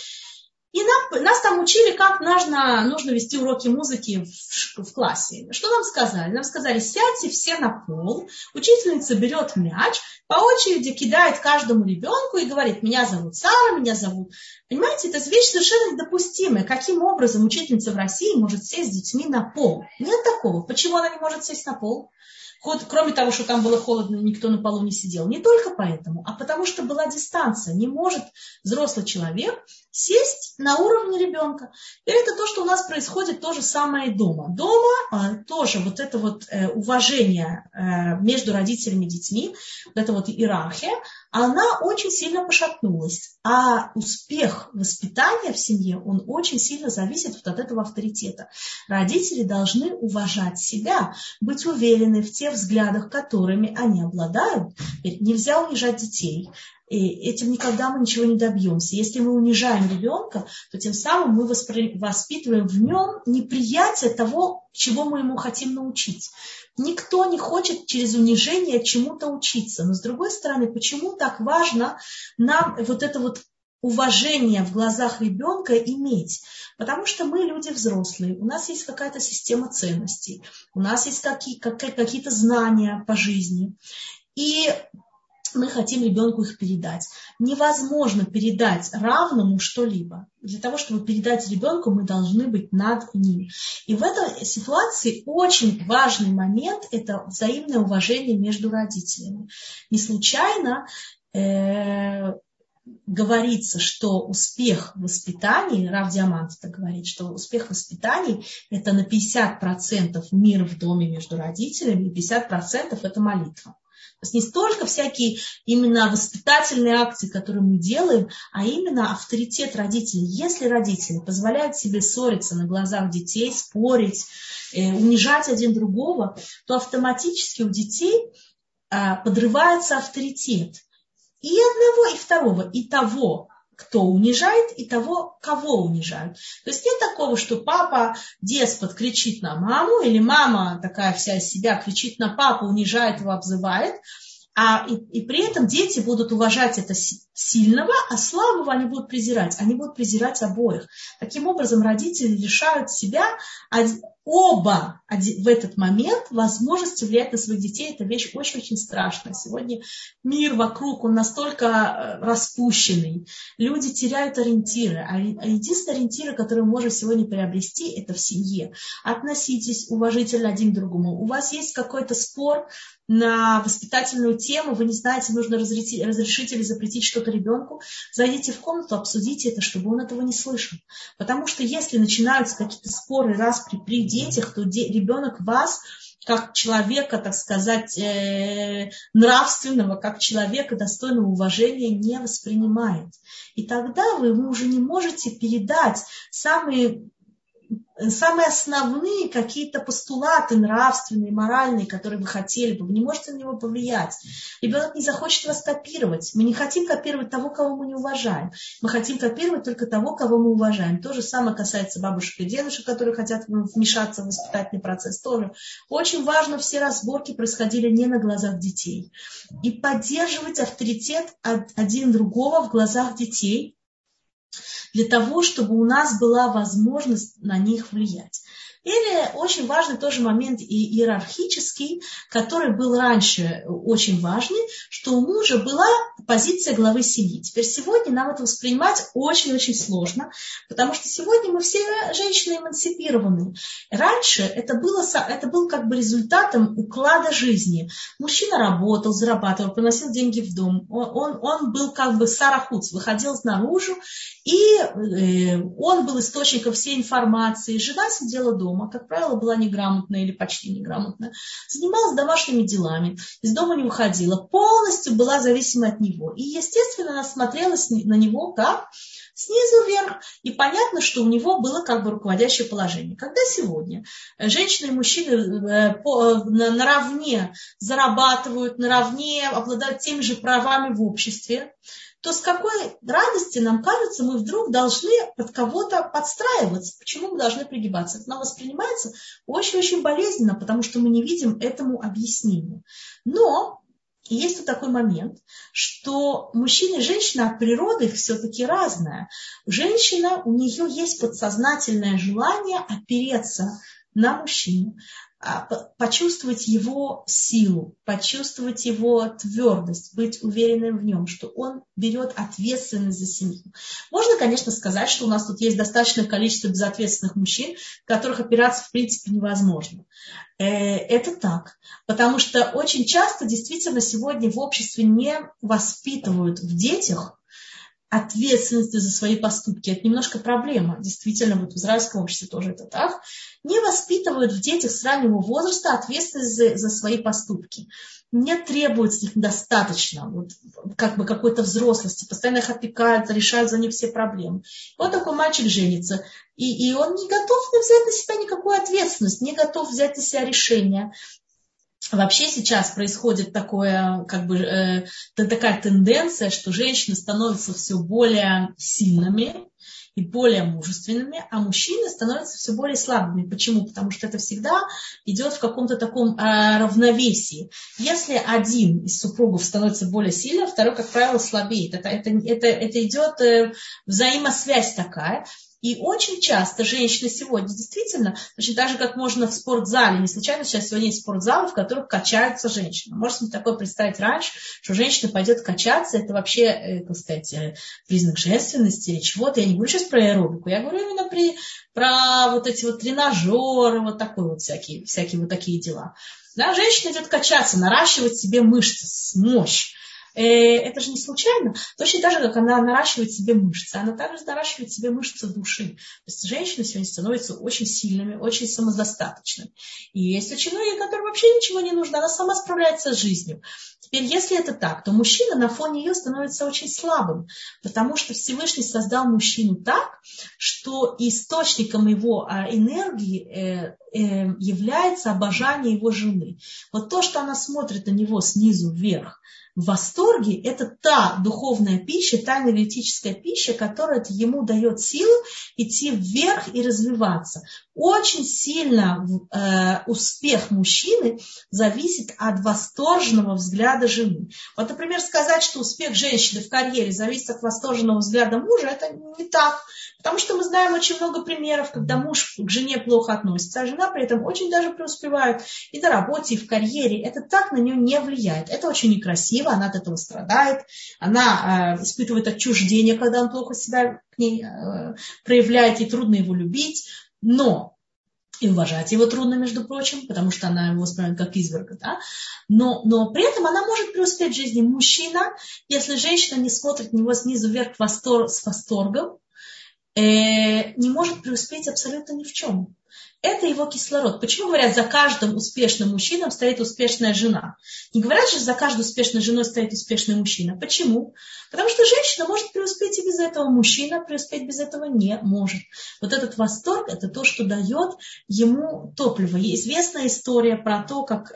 И нас там учили, как нужно вести уроки музыки в классе. Что нам сказали? Нам сказали, сядьте все на пол, учительница берет мяч, по очереди кидает каждому ребенку и говорит, меня зовут Сара, меня зовут... Понимаете, это вещь совершенно недопустимая. Каким образом учительница в России может сесть с детьми на пол? Нет такого. Почему она не может сесть на пол? Кроме того, что там было холодно, никто на полу не сидел. Не только поэтому, а потому что была дистанция. Не может взрослый человек сесть на уровне ребенка. И это то, что у нас происходит то же самое и дома. Дома тоже вот это вот уважение между родителями и детьми, вот эта вот иерархия, она очень сильно пошатнулась. А успех воспитания в семье, он очень сильно зависит вот от этого авторитета. Родители должны уважать себя, быть уверены в тех взглядах, которыми они обладают. Ведь нельзя унижать детей. И этим никогда мы ничего не добьемся. Если мы унижаем ребенка, то тем самым мы воспитываем в нем неприятие того, чего мы ему хотим научить. Никто не хочет через унижение чему-то учиться. Но с другой стороны, почему так важно нам вот это вот уважение в глазах ребенка иметь? Потому что мы люди взрослые, у нас есть какая-то система ценностей, у нас есть какие-то знания по жизни. И мы хотим ребенку их передать. Невозможно передать равному что-либо. Для того, чтобы передать ребенку, мы должны быть над ним. И в этой ситуации очень важный момент – это взаимное уважение между родителями. Не случайно говорится, что успех в воспитании, Рав Диамант это говорит, что успех в воспитании – это на 50% мир в доме между родителями, и 50% – это молитва. То есть не столько всякие именно воспитательные акции, которые мы делаем, а именно авторитет родителей. Если родители позволяют себе ссориться на глазах детей, спорить, унижать один другого, то автоматически у детей подрывается авторитет. И одного, и второго, и того, кто унижает, и того, кого унижают. То есть нет такого, что папа, деспот, кричит на маму, или мама такая вся из себя кричит на папу, унижает его, обзывает, и при этом дети будут уважать это сильного, а слабого они будут презирать обоих. Таким образом, родители лишают себя оба в этот момент возможности влиять на своих детей. Это вещь очень-очень страшная. Сегодня мир вокруг, он настолько распущенный. Люди теряют ориентиры. А единственные ориентиры, которые мы можем сегодня приобрести, это в семье. Относитесь уважительно один к другому. У вас есть какой-то спор на воспитательную тему, вы не знаете, нужно разрешить или запретить что-то ребенку, зайдите в комнату, обсудите это, чтобы он этого не слышал. Потому что если начинаются какие-то споры, распри при детях, то ребенок вас, как человека, так сказать, нравственного, как человека, достойного уважения, не воспринимает. И тогда вы ему уже не можете передать самые основные какие-то постулаты нравственные, моральные, которые вы хотели бы, вы не можете на него повлиять. Ребенок не захочет вас копировать. Мы не хотим копировать того, кого мы не уважаем. Мы хотим копировать только того, кого мы уважаем. То же самое касается бабушек и дедушек, которые хотят вмешаться в воспитательный процесс. Тоже очень важно, все разборки происходили не на глазах детей. И поддерживать авторитет один другого в глазах детей, для того, чтобы у нас была возможность на них влиять. Или очень важный тоже момент иерархический, который был раньше очень важный, что у мужа была позиция главы семьи. Теперь сегодня нам это воспринимать очень-очень сложно, потому что сегодня мы все женщины эмансипированы. Раньше это был как бы результатом уклада жизни. Мужчина работал, зарабатывал, приносил деньги в дом. Он был как бы сарахуц, выходил наружу, и он был источником всей информации. Жена сидела дома, как правило, была неграмотная или почти неграмотная, занималась домашними делами, из дома не выходила, полностью была зависима от него. И, естественно, она смотрела на него как снизу вверх. И понятно, что у него было как бы руководящее положение. Когда сегодня женщины и мужчины наравне зарабатывают, наравне обладают теми же правами в обществе, то с какой радости, нам кажется, мы вдруг должны под кого-то подстраиваться. Почему мы должны пригибаться? Это нам воспринимается очень-очень болезненно, потому что мы не видим этому объяснения. Но есть вот такой момент, что мужчина и женщина от природы их все-таки разная. Женщина, у нее есть подсознательное желание опереться на мужчину, почувствовать его силу, почувствовать его твердость, быть уверенным в нем, что он берет ответственность за семью. Можно, конечно, сказать, что у нас тут есть достаточное количество безответственных мужчин, которых опираться в принципе невозможно. Это так, потому что очень часто действительно сегодня в обществе не воспитывают в детях ответственности за свои поступки. Это немножко проблема. Действительно, вот в израильском обществе тоже это так. Не воспитывают в детях с раннего возраста ответственность за свои поступки. Не требуют с них достаточно вот, как бы какой-то взрослости. Постоянно их опекают, решают за них все проблемы. Вот такой мальчик женится. И он не готов взять на себя никакую ответственность, не готов взять на себя решение. Вообще сейчас происходит такая тенденция, что женщины становятся все более сильными и более мужественными, а мужчины становятся все более слабыми. Почему? Потому что это всегда идет в каком-то таком равновесии. Если один из супругов становится более сильным, второй, как правило, слабеет. Это идет взаимосвязь такая. И очень часто женщины сегодня действительно, точно так же, как можно в спортзале, не случайно сейчас сегодня есть спортзалы, в которых качаются женщины. Можно себе такое представить раньше, что женщина пойдет качаться, это вообще, так сказать, признак женственности или чего-то. Я не говорю сейчас про аэробику, я говорю именно про вот эти вот тренажеры, вот такой вот всякие вот такие дела. Да, женщина идет качаться, наращивать себе мышцы, мощь. Это же не случайно. Точно так же, как она наращивает себе мышцы. Она также наращивает себе мышцы души. То есть женщины сегодня становятся очень сильными, очень самодостаточными. И есть очень многие, которым вообще ничего не нужно. Она сама справляется с жизнью. Теперь, если это так, то мужчина на фоне ее становится очень слабым. Потому что Всевышний создал мужчину так, что источником его энергии является обожание его жены. Вот то, что она смотрит на него снизу вверх, в восторге – это та духовная пища, та энергетическая пища, которая ему дает силу идти вверх и развиваться. Очень сильно успех мужчины зависит от восторженного взгляда жены. Вот, например, сказать, что успех женщины в карьере зависит от восторженного взгляда мужа, это не так. Потому что мы знаем очень много примеров, когда муж к жене плохо относится, а жена при этом очень даже преуспевает и на работе, и в карьере. Это так на нее не влияет. Это очень некрасиво, она от этого страдает, она испытывает отчуждение, когда он плохо себя к ней проявляет, ей трудно его любить, но и уважать его трудно, между прочим, потому что она его воспринимает как изверга, да? Но при этом она может преуспеть в жизни. Мужчина, если женщина не смотрит на него снизу вверх с восторгом, не может преуспеть абсолютно ни в чем. Это его кислород. Почему говорят, за каждым успешным мужчиной стоит успешная жена? Не говорят же, за каждой успешной женой стоит успешный мужчина. Почему? Потому что женщина может преуспеть и без этого, мужчина преуспеть без этого не может. Вот этот восторг – это то, что дает ему топливо. Есть известная история про то, как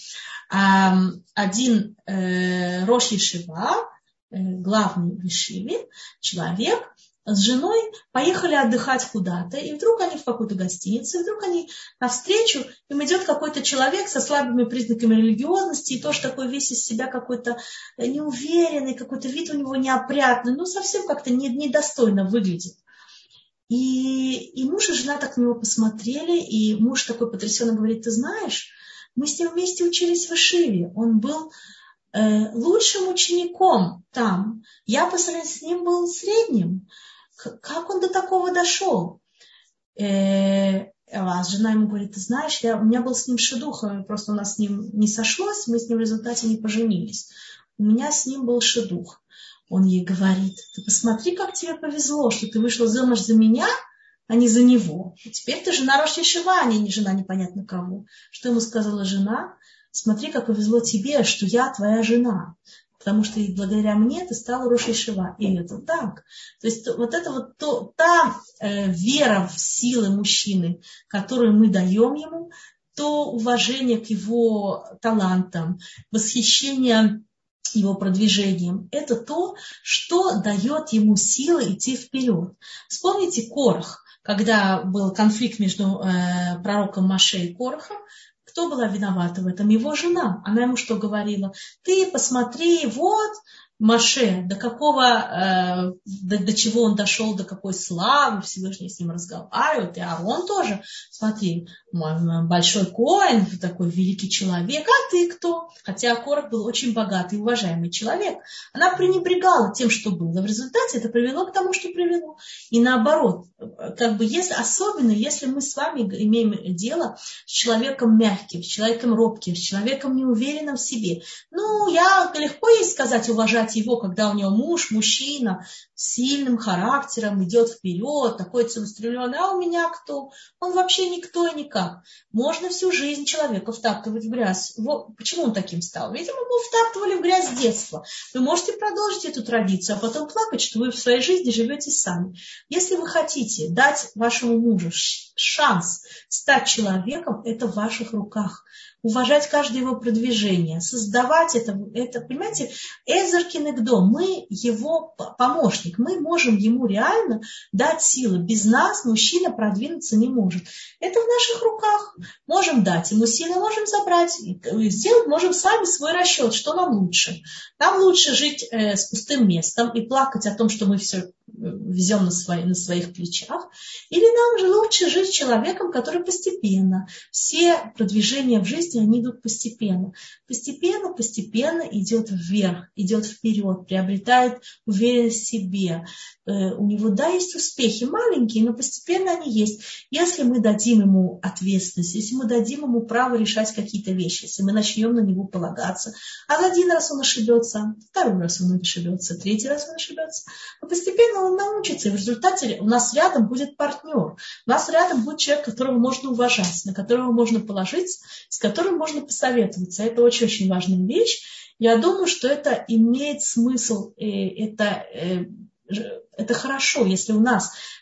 один рош йешива, главный в йешиве, человек, с женой поехали отдыхать куда-то, и вдруг они в какую-то гостиницу, и вдруг они навстречу, им идет какой-то человек со слабыми признаками религиозности, и тоже такой весь из себя какой-то неуверенный, какой-то вид у него неопрятный, ну совсем как-то недостойно выглядит. И муж и жена так на него посмотрели, и муж такой потрясенно говорит: ты знаешь, мы с ним вместе учились в йешиве, он был лучшим учеником там, я по сравнению с ним был средним. Как он до такого дошел? А жена ему говорит: ты знаешь, у меня был с ним шидух, просто у нас с ним не сошлось, мы с ним в результате не поженились. У меня с ним был шидух. Он ей говорит: ты посмотри, как тебе повезло, что ты вышла замуж за меня, а не за него. И теперь ты жена рош йешива, а не жена непонятно кого. Что ему сказала жена? Смотри, как повезло тебе, что я твоя жена. Потому что благодаря мне ты стала рош йешива. И это так. То есть вот это вот та вера в силы мужчины, которую мы даем ему, то уважение к его талантам, восхищение его продвижением, это то, что дает ему силы идти вперед. Вспомните Корах, когда был конфликт между пророком Моше и Корахом. Кто была виновата в этом? Его жена. Она ему что говорила? Ты посмотри, вот Моше, до чего он дошел, до какой славы, Всевышний с ним разговаривает, и Аарон тоже, смотри, большой коэн, такой великий человек, а ты кто? Хотя Корах был очень богатый и уважаемый человек. Она пренебрегала тем, что было. В результате это привело к тому, что привело. И наоборот, особенно если мы с вами имеем дело с человеком мягким, с человеком робким, с человеком неуверенным в себе. Я легко ей сказать, уважать его, когда у него мужчина с сильным характером идет вперед, такой целеустремленный, а у меня кто? Он вообще никто и никак. Можно всю жизнь человека втаптывать в грязь. Почему он таким стал? Видимо, его втаптывали в грязь с детства. Вы можете продолжить эту традицию, а потом плакать, что вы в своей жизни живете сами. Если вы хотите дать вашему мужу шанс стать человеком, это в ваших руках. Уважать каждое его продвижение, создавать это, понимаете, эзер кенегдо, мы его помощник, мы можем ему реально дать силы. Без нас мужчина продвинуться не может. Это в наших руках. Можем дать ему силы, можем забрать, сделать можем сами свой расчет, что нам лучше. Нам лучше жить с пустым местом и плакать о том, что мы все везем на своих плечах, или нам же лучше жить с человеком, который постепенно, все продвижения в жизни, они идут постепенно, постепенно идет вверх, идет вперед, приобретает уверенность в себе. У него, есть успехи маленькие, но постепенно они есть. Если мы дадим ему ответственность, если мы дадим ему право решать какие-то вещи, если мы начнем на него полагаться, а за один раз он ошибется, второй раз он ошибется, третий раз он ошибется, но постепенно он научится, и в результате у нас рядом будет партнер, у нас рядом будет человек, которого можно уважать, на которого можно положиться, с которым можно посоветоваться. Это очень-очень важная вещь. Я думаю, что это имеет смысл, это хорошо, если у нас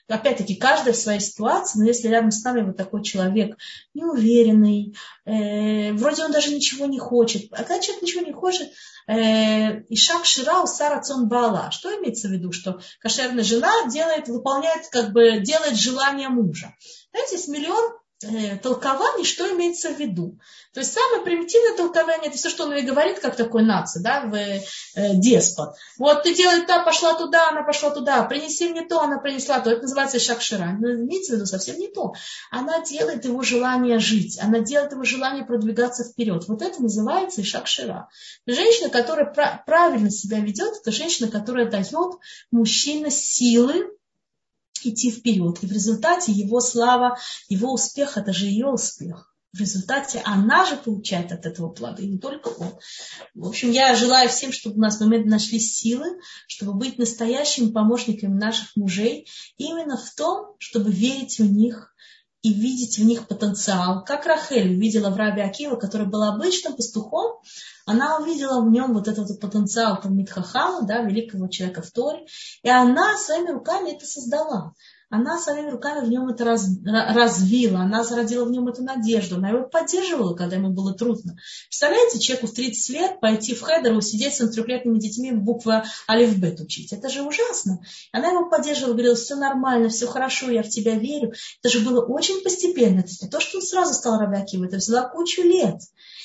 опять-таки, каждая в своей ситуации, но если рядом с нами вот такой человек неуверенный, вроде он даже ничего не хочет, а когда человек ничего не хочет, ишак шира уса рацон баала. Что имеется в виду? Что кошерная жена выполняет, делает желание мужа. Знаете, есть миллион толкований, что имеется в виду. То есть самое примитивное толкование, это все, что он и говорит, как такой наци, да, деспот. Вот ты делай то, пошла туда, она пошла туда, принеси мне то, она принесла то. Это называется ишак шира. Но имеется в виду совсем не то. Она делает его желание жить, она делает его желание продвигаться вперед. Вот это называется ишак шира. Женщина, которая правильно себя ведет, это женщина, которая дает мужчине силы идти вперед. И в результате его слава, его успех, это же ее успех. В результате она же получает от этого плоды, и не только он. В общем, я желаю всем, чтобы у нас в момент нашлись силы, чтобы быть настоящими помощниками наших мужей, именно в том, чтобы верить в них и видеть в них потенциал. Как Рахель увидела в Раби Акива, который был обычным пастухом, она увидела в нем вот этот потенциал Талмид Хахама, да, великого человека в Торе, и она своими руками это создала. Она своими руками в нем это развила, она зародила в нем эту надежду, она его поддерживала, когда ему было трудно. Представляете, человеку в 30 лет пойти в хедер и сидеть с 3-летними детьми буквы алиф-бет учить. Это же ужасно. Она его поддерживала, говорила, все нормально, все хорошо, я в тебя верю. Это же было очень постепенно. Это не то, что он сразу стал Раби Акива, это взяла кучу лет.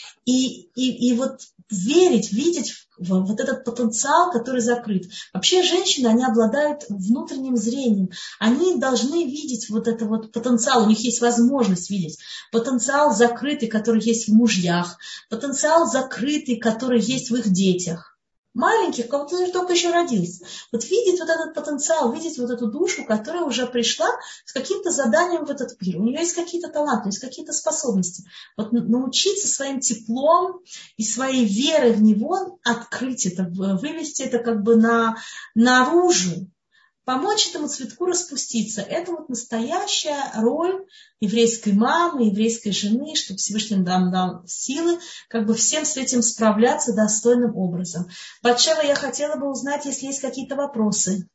И вот верить, видеть вот этот потенциал, который закрыт. Вообще женщины, они обладают внутренним зрением. Они должны видеть вот этот вот потенциал. У них есть возможность видеть потенциал закрытый, который есть в мужьях. Потенциал закрытый, который есть в их детях. Маленьких, кого-то только еще родился. Вот видеть вот этот потенциал, видеть вот эту душу, которая уже пришла с каким-то заданием в этот мир. У нее есть какие-то таланты, есть какие-то способности. Вот научиться своим теплом и своей верой в него открыть это, вывести это наружу. Помочь этому цветку распуститься. Это вот настоящая роль еврейской мамы, еврейской жены, чтобы Всевышний нам дал силы, всем с этим справляться достойным образом. Батшева, я хотела бы узнать, если есть какие-то вопросы.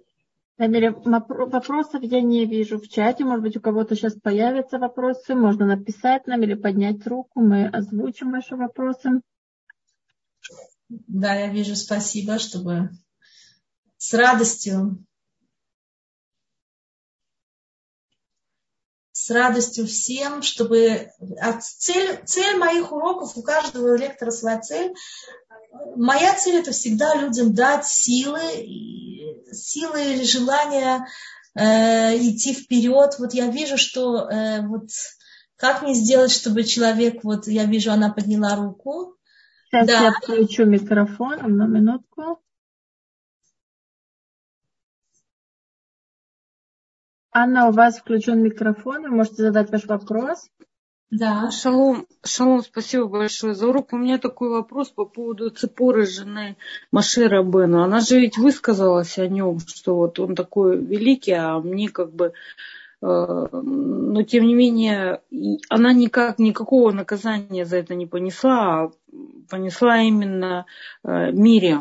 Вопросов я не вижу в чате. Может быть, у кого-то сейчас появятся вопросы. Можно написать нам или поднять руку. Мы озвучим ваши вопросы. Да, я вижу. Спасибо, чтобы с радостью. С радостью всем, чтобы цель моих уроков, у каждого лектора своя цель. Моя цель — это всегда людям дать силы и желание идти вперед. Вот я вижу, что как мне сделать, чтобы человек, я вижу, она подняла руку. Сейчас я включу микрофон, одну минутку. Анна, у вас включен микрофон, вы можете задать ваш вопрос. Да. Шалом, спасибо большое за урок. У меня такой вопрос по поводу Ципоры, жены Моше Рабейну. Она же ведь высказалась о нем, что вот он такой великий, а мне но тем не менее, она никакого наказания за это не понесла, а понесла именно Мириам.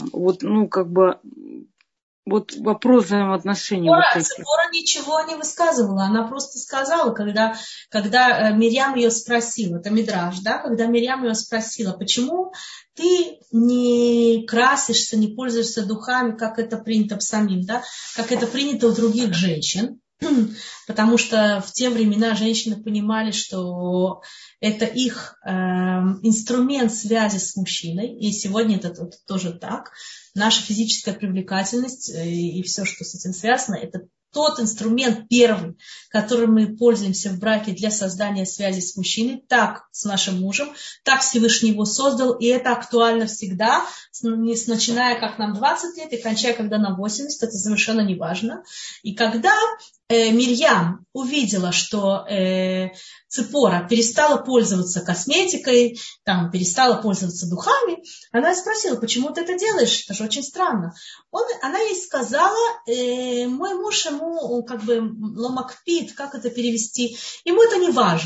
Вот вопрос взаимоотношений. Ципора ничего не высказывала, она просто сказала, когда Мирьям ее спросила, это Мидраш, да, когда Мирьям ее спросила, почему ты не красишься, не пользуешься духами, как это принято псамим, да, как это принято у других женщин, потому что в те времена женщины понимали, что это их инструмент связи с мужчиной, и сегодня это тоже так. Наша физическая привлекательность и все, что с этим связано, это тот инструмент первый, которым мы пользуемся в браке для создания связи с мужчиной, так с нашим мужем, так Всевышний его создал, и это актуально всегда, начиная как нам 20 лет и кончая когда нам 80, это совершенно не важно. И когда Мирьям увидела, что Ципора перестала пользоваться косметикой, перестала пользоваться духами, она спросила, почему ты это делаешь? Это же очень странно. Она ей сказала, мой муж ему ломакпит, как это перевести, ему это не важно.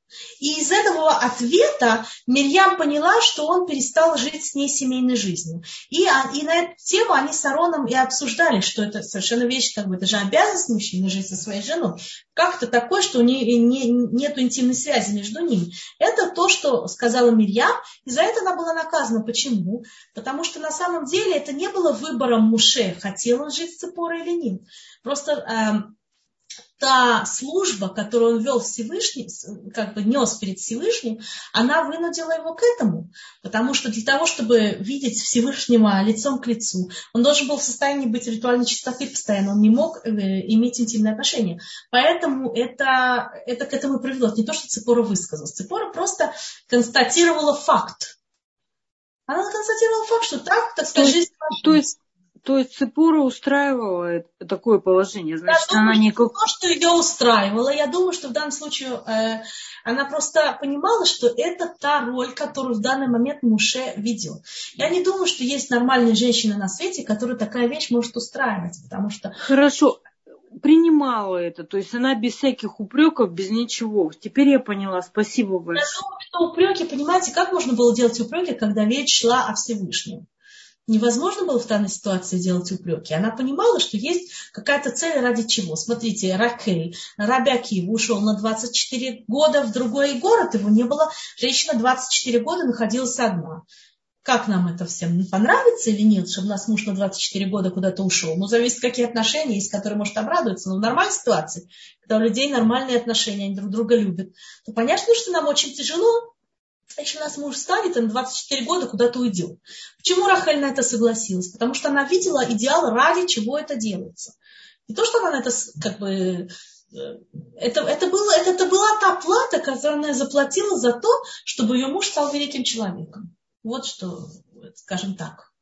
И из этого ответа Мирьям поняла, что он перестал жить с ней семейной жизнью. И на эту тему они с Ароном и обсуждали, что это совершенно вещь, как бы это же обязанность мужчины жить со своей женой. Как это такое, что у нее нет интимной связи между ними? Это то, что сказала Мирьям, и за это она была наказана. Почему? Потому что на самом деле это не было выбором Моше, хотел он жить с Ципорой или нет. Просто та служба, которую он вел Всевышний, как бы нес перед Всевышним, она вынудила его к этому. Потому что для того, чтобы видеть Всевышнего лицом к лицу, он должен был в состоянии быть ритуальной чистоты постоянно, он не мог иметь интимные отношения. Поэтому это к этому и привело. Это не то, что Ципора высказалась. Ципора просто констатировала факт. Она констатировала факт, что так сказать, жизнь сложилась. То есть Ципора устраивала такое положение? Значит, я думаю, она не то, что ее устраивало, я думаю, что в данном случае она просто понимала, что это та роль, которую в данный момент Моше ведет. Я не думаю, что есть нормальные женщины на свете, которую такая вещь может устраивать, потому что... Хорошо, принимала это, то есть она без всяких упреков, без ничего. Теперь я поняла, спасибо большое. Я думаю, что упреки, понимаете, как можно было делать упреки, когда речь шла о Всевышнем? Невозможно было в данной ситуации делать упреки. Она понимала, что есть какая-то цель, ради чего. Смотрите, Рахель, Раби Акива ушел на 24 года в другой город, его не было. Женщина 24 года находилась одна. Как нам это всем понравится или нет, чтобы у нас муж на 24 года куда-то ушел? Ну, зависит, какие отношения есть, которые может обрадоваться. Но в нормальной ситуации, когда у людей нормальные отношения, они друг друга любят, то понятно, что нам очень тяжело. Если нас муж станет, он 24 года куда-то уйдет. Почему Рахель на это согласилась? Потому что она видела идеал, ради чего это делается. Не то, что она на это как бы... Это была та плата, которую она заплатила за то, чтобы ее муж стал великим человеком. Вот что, скажем так.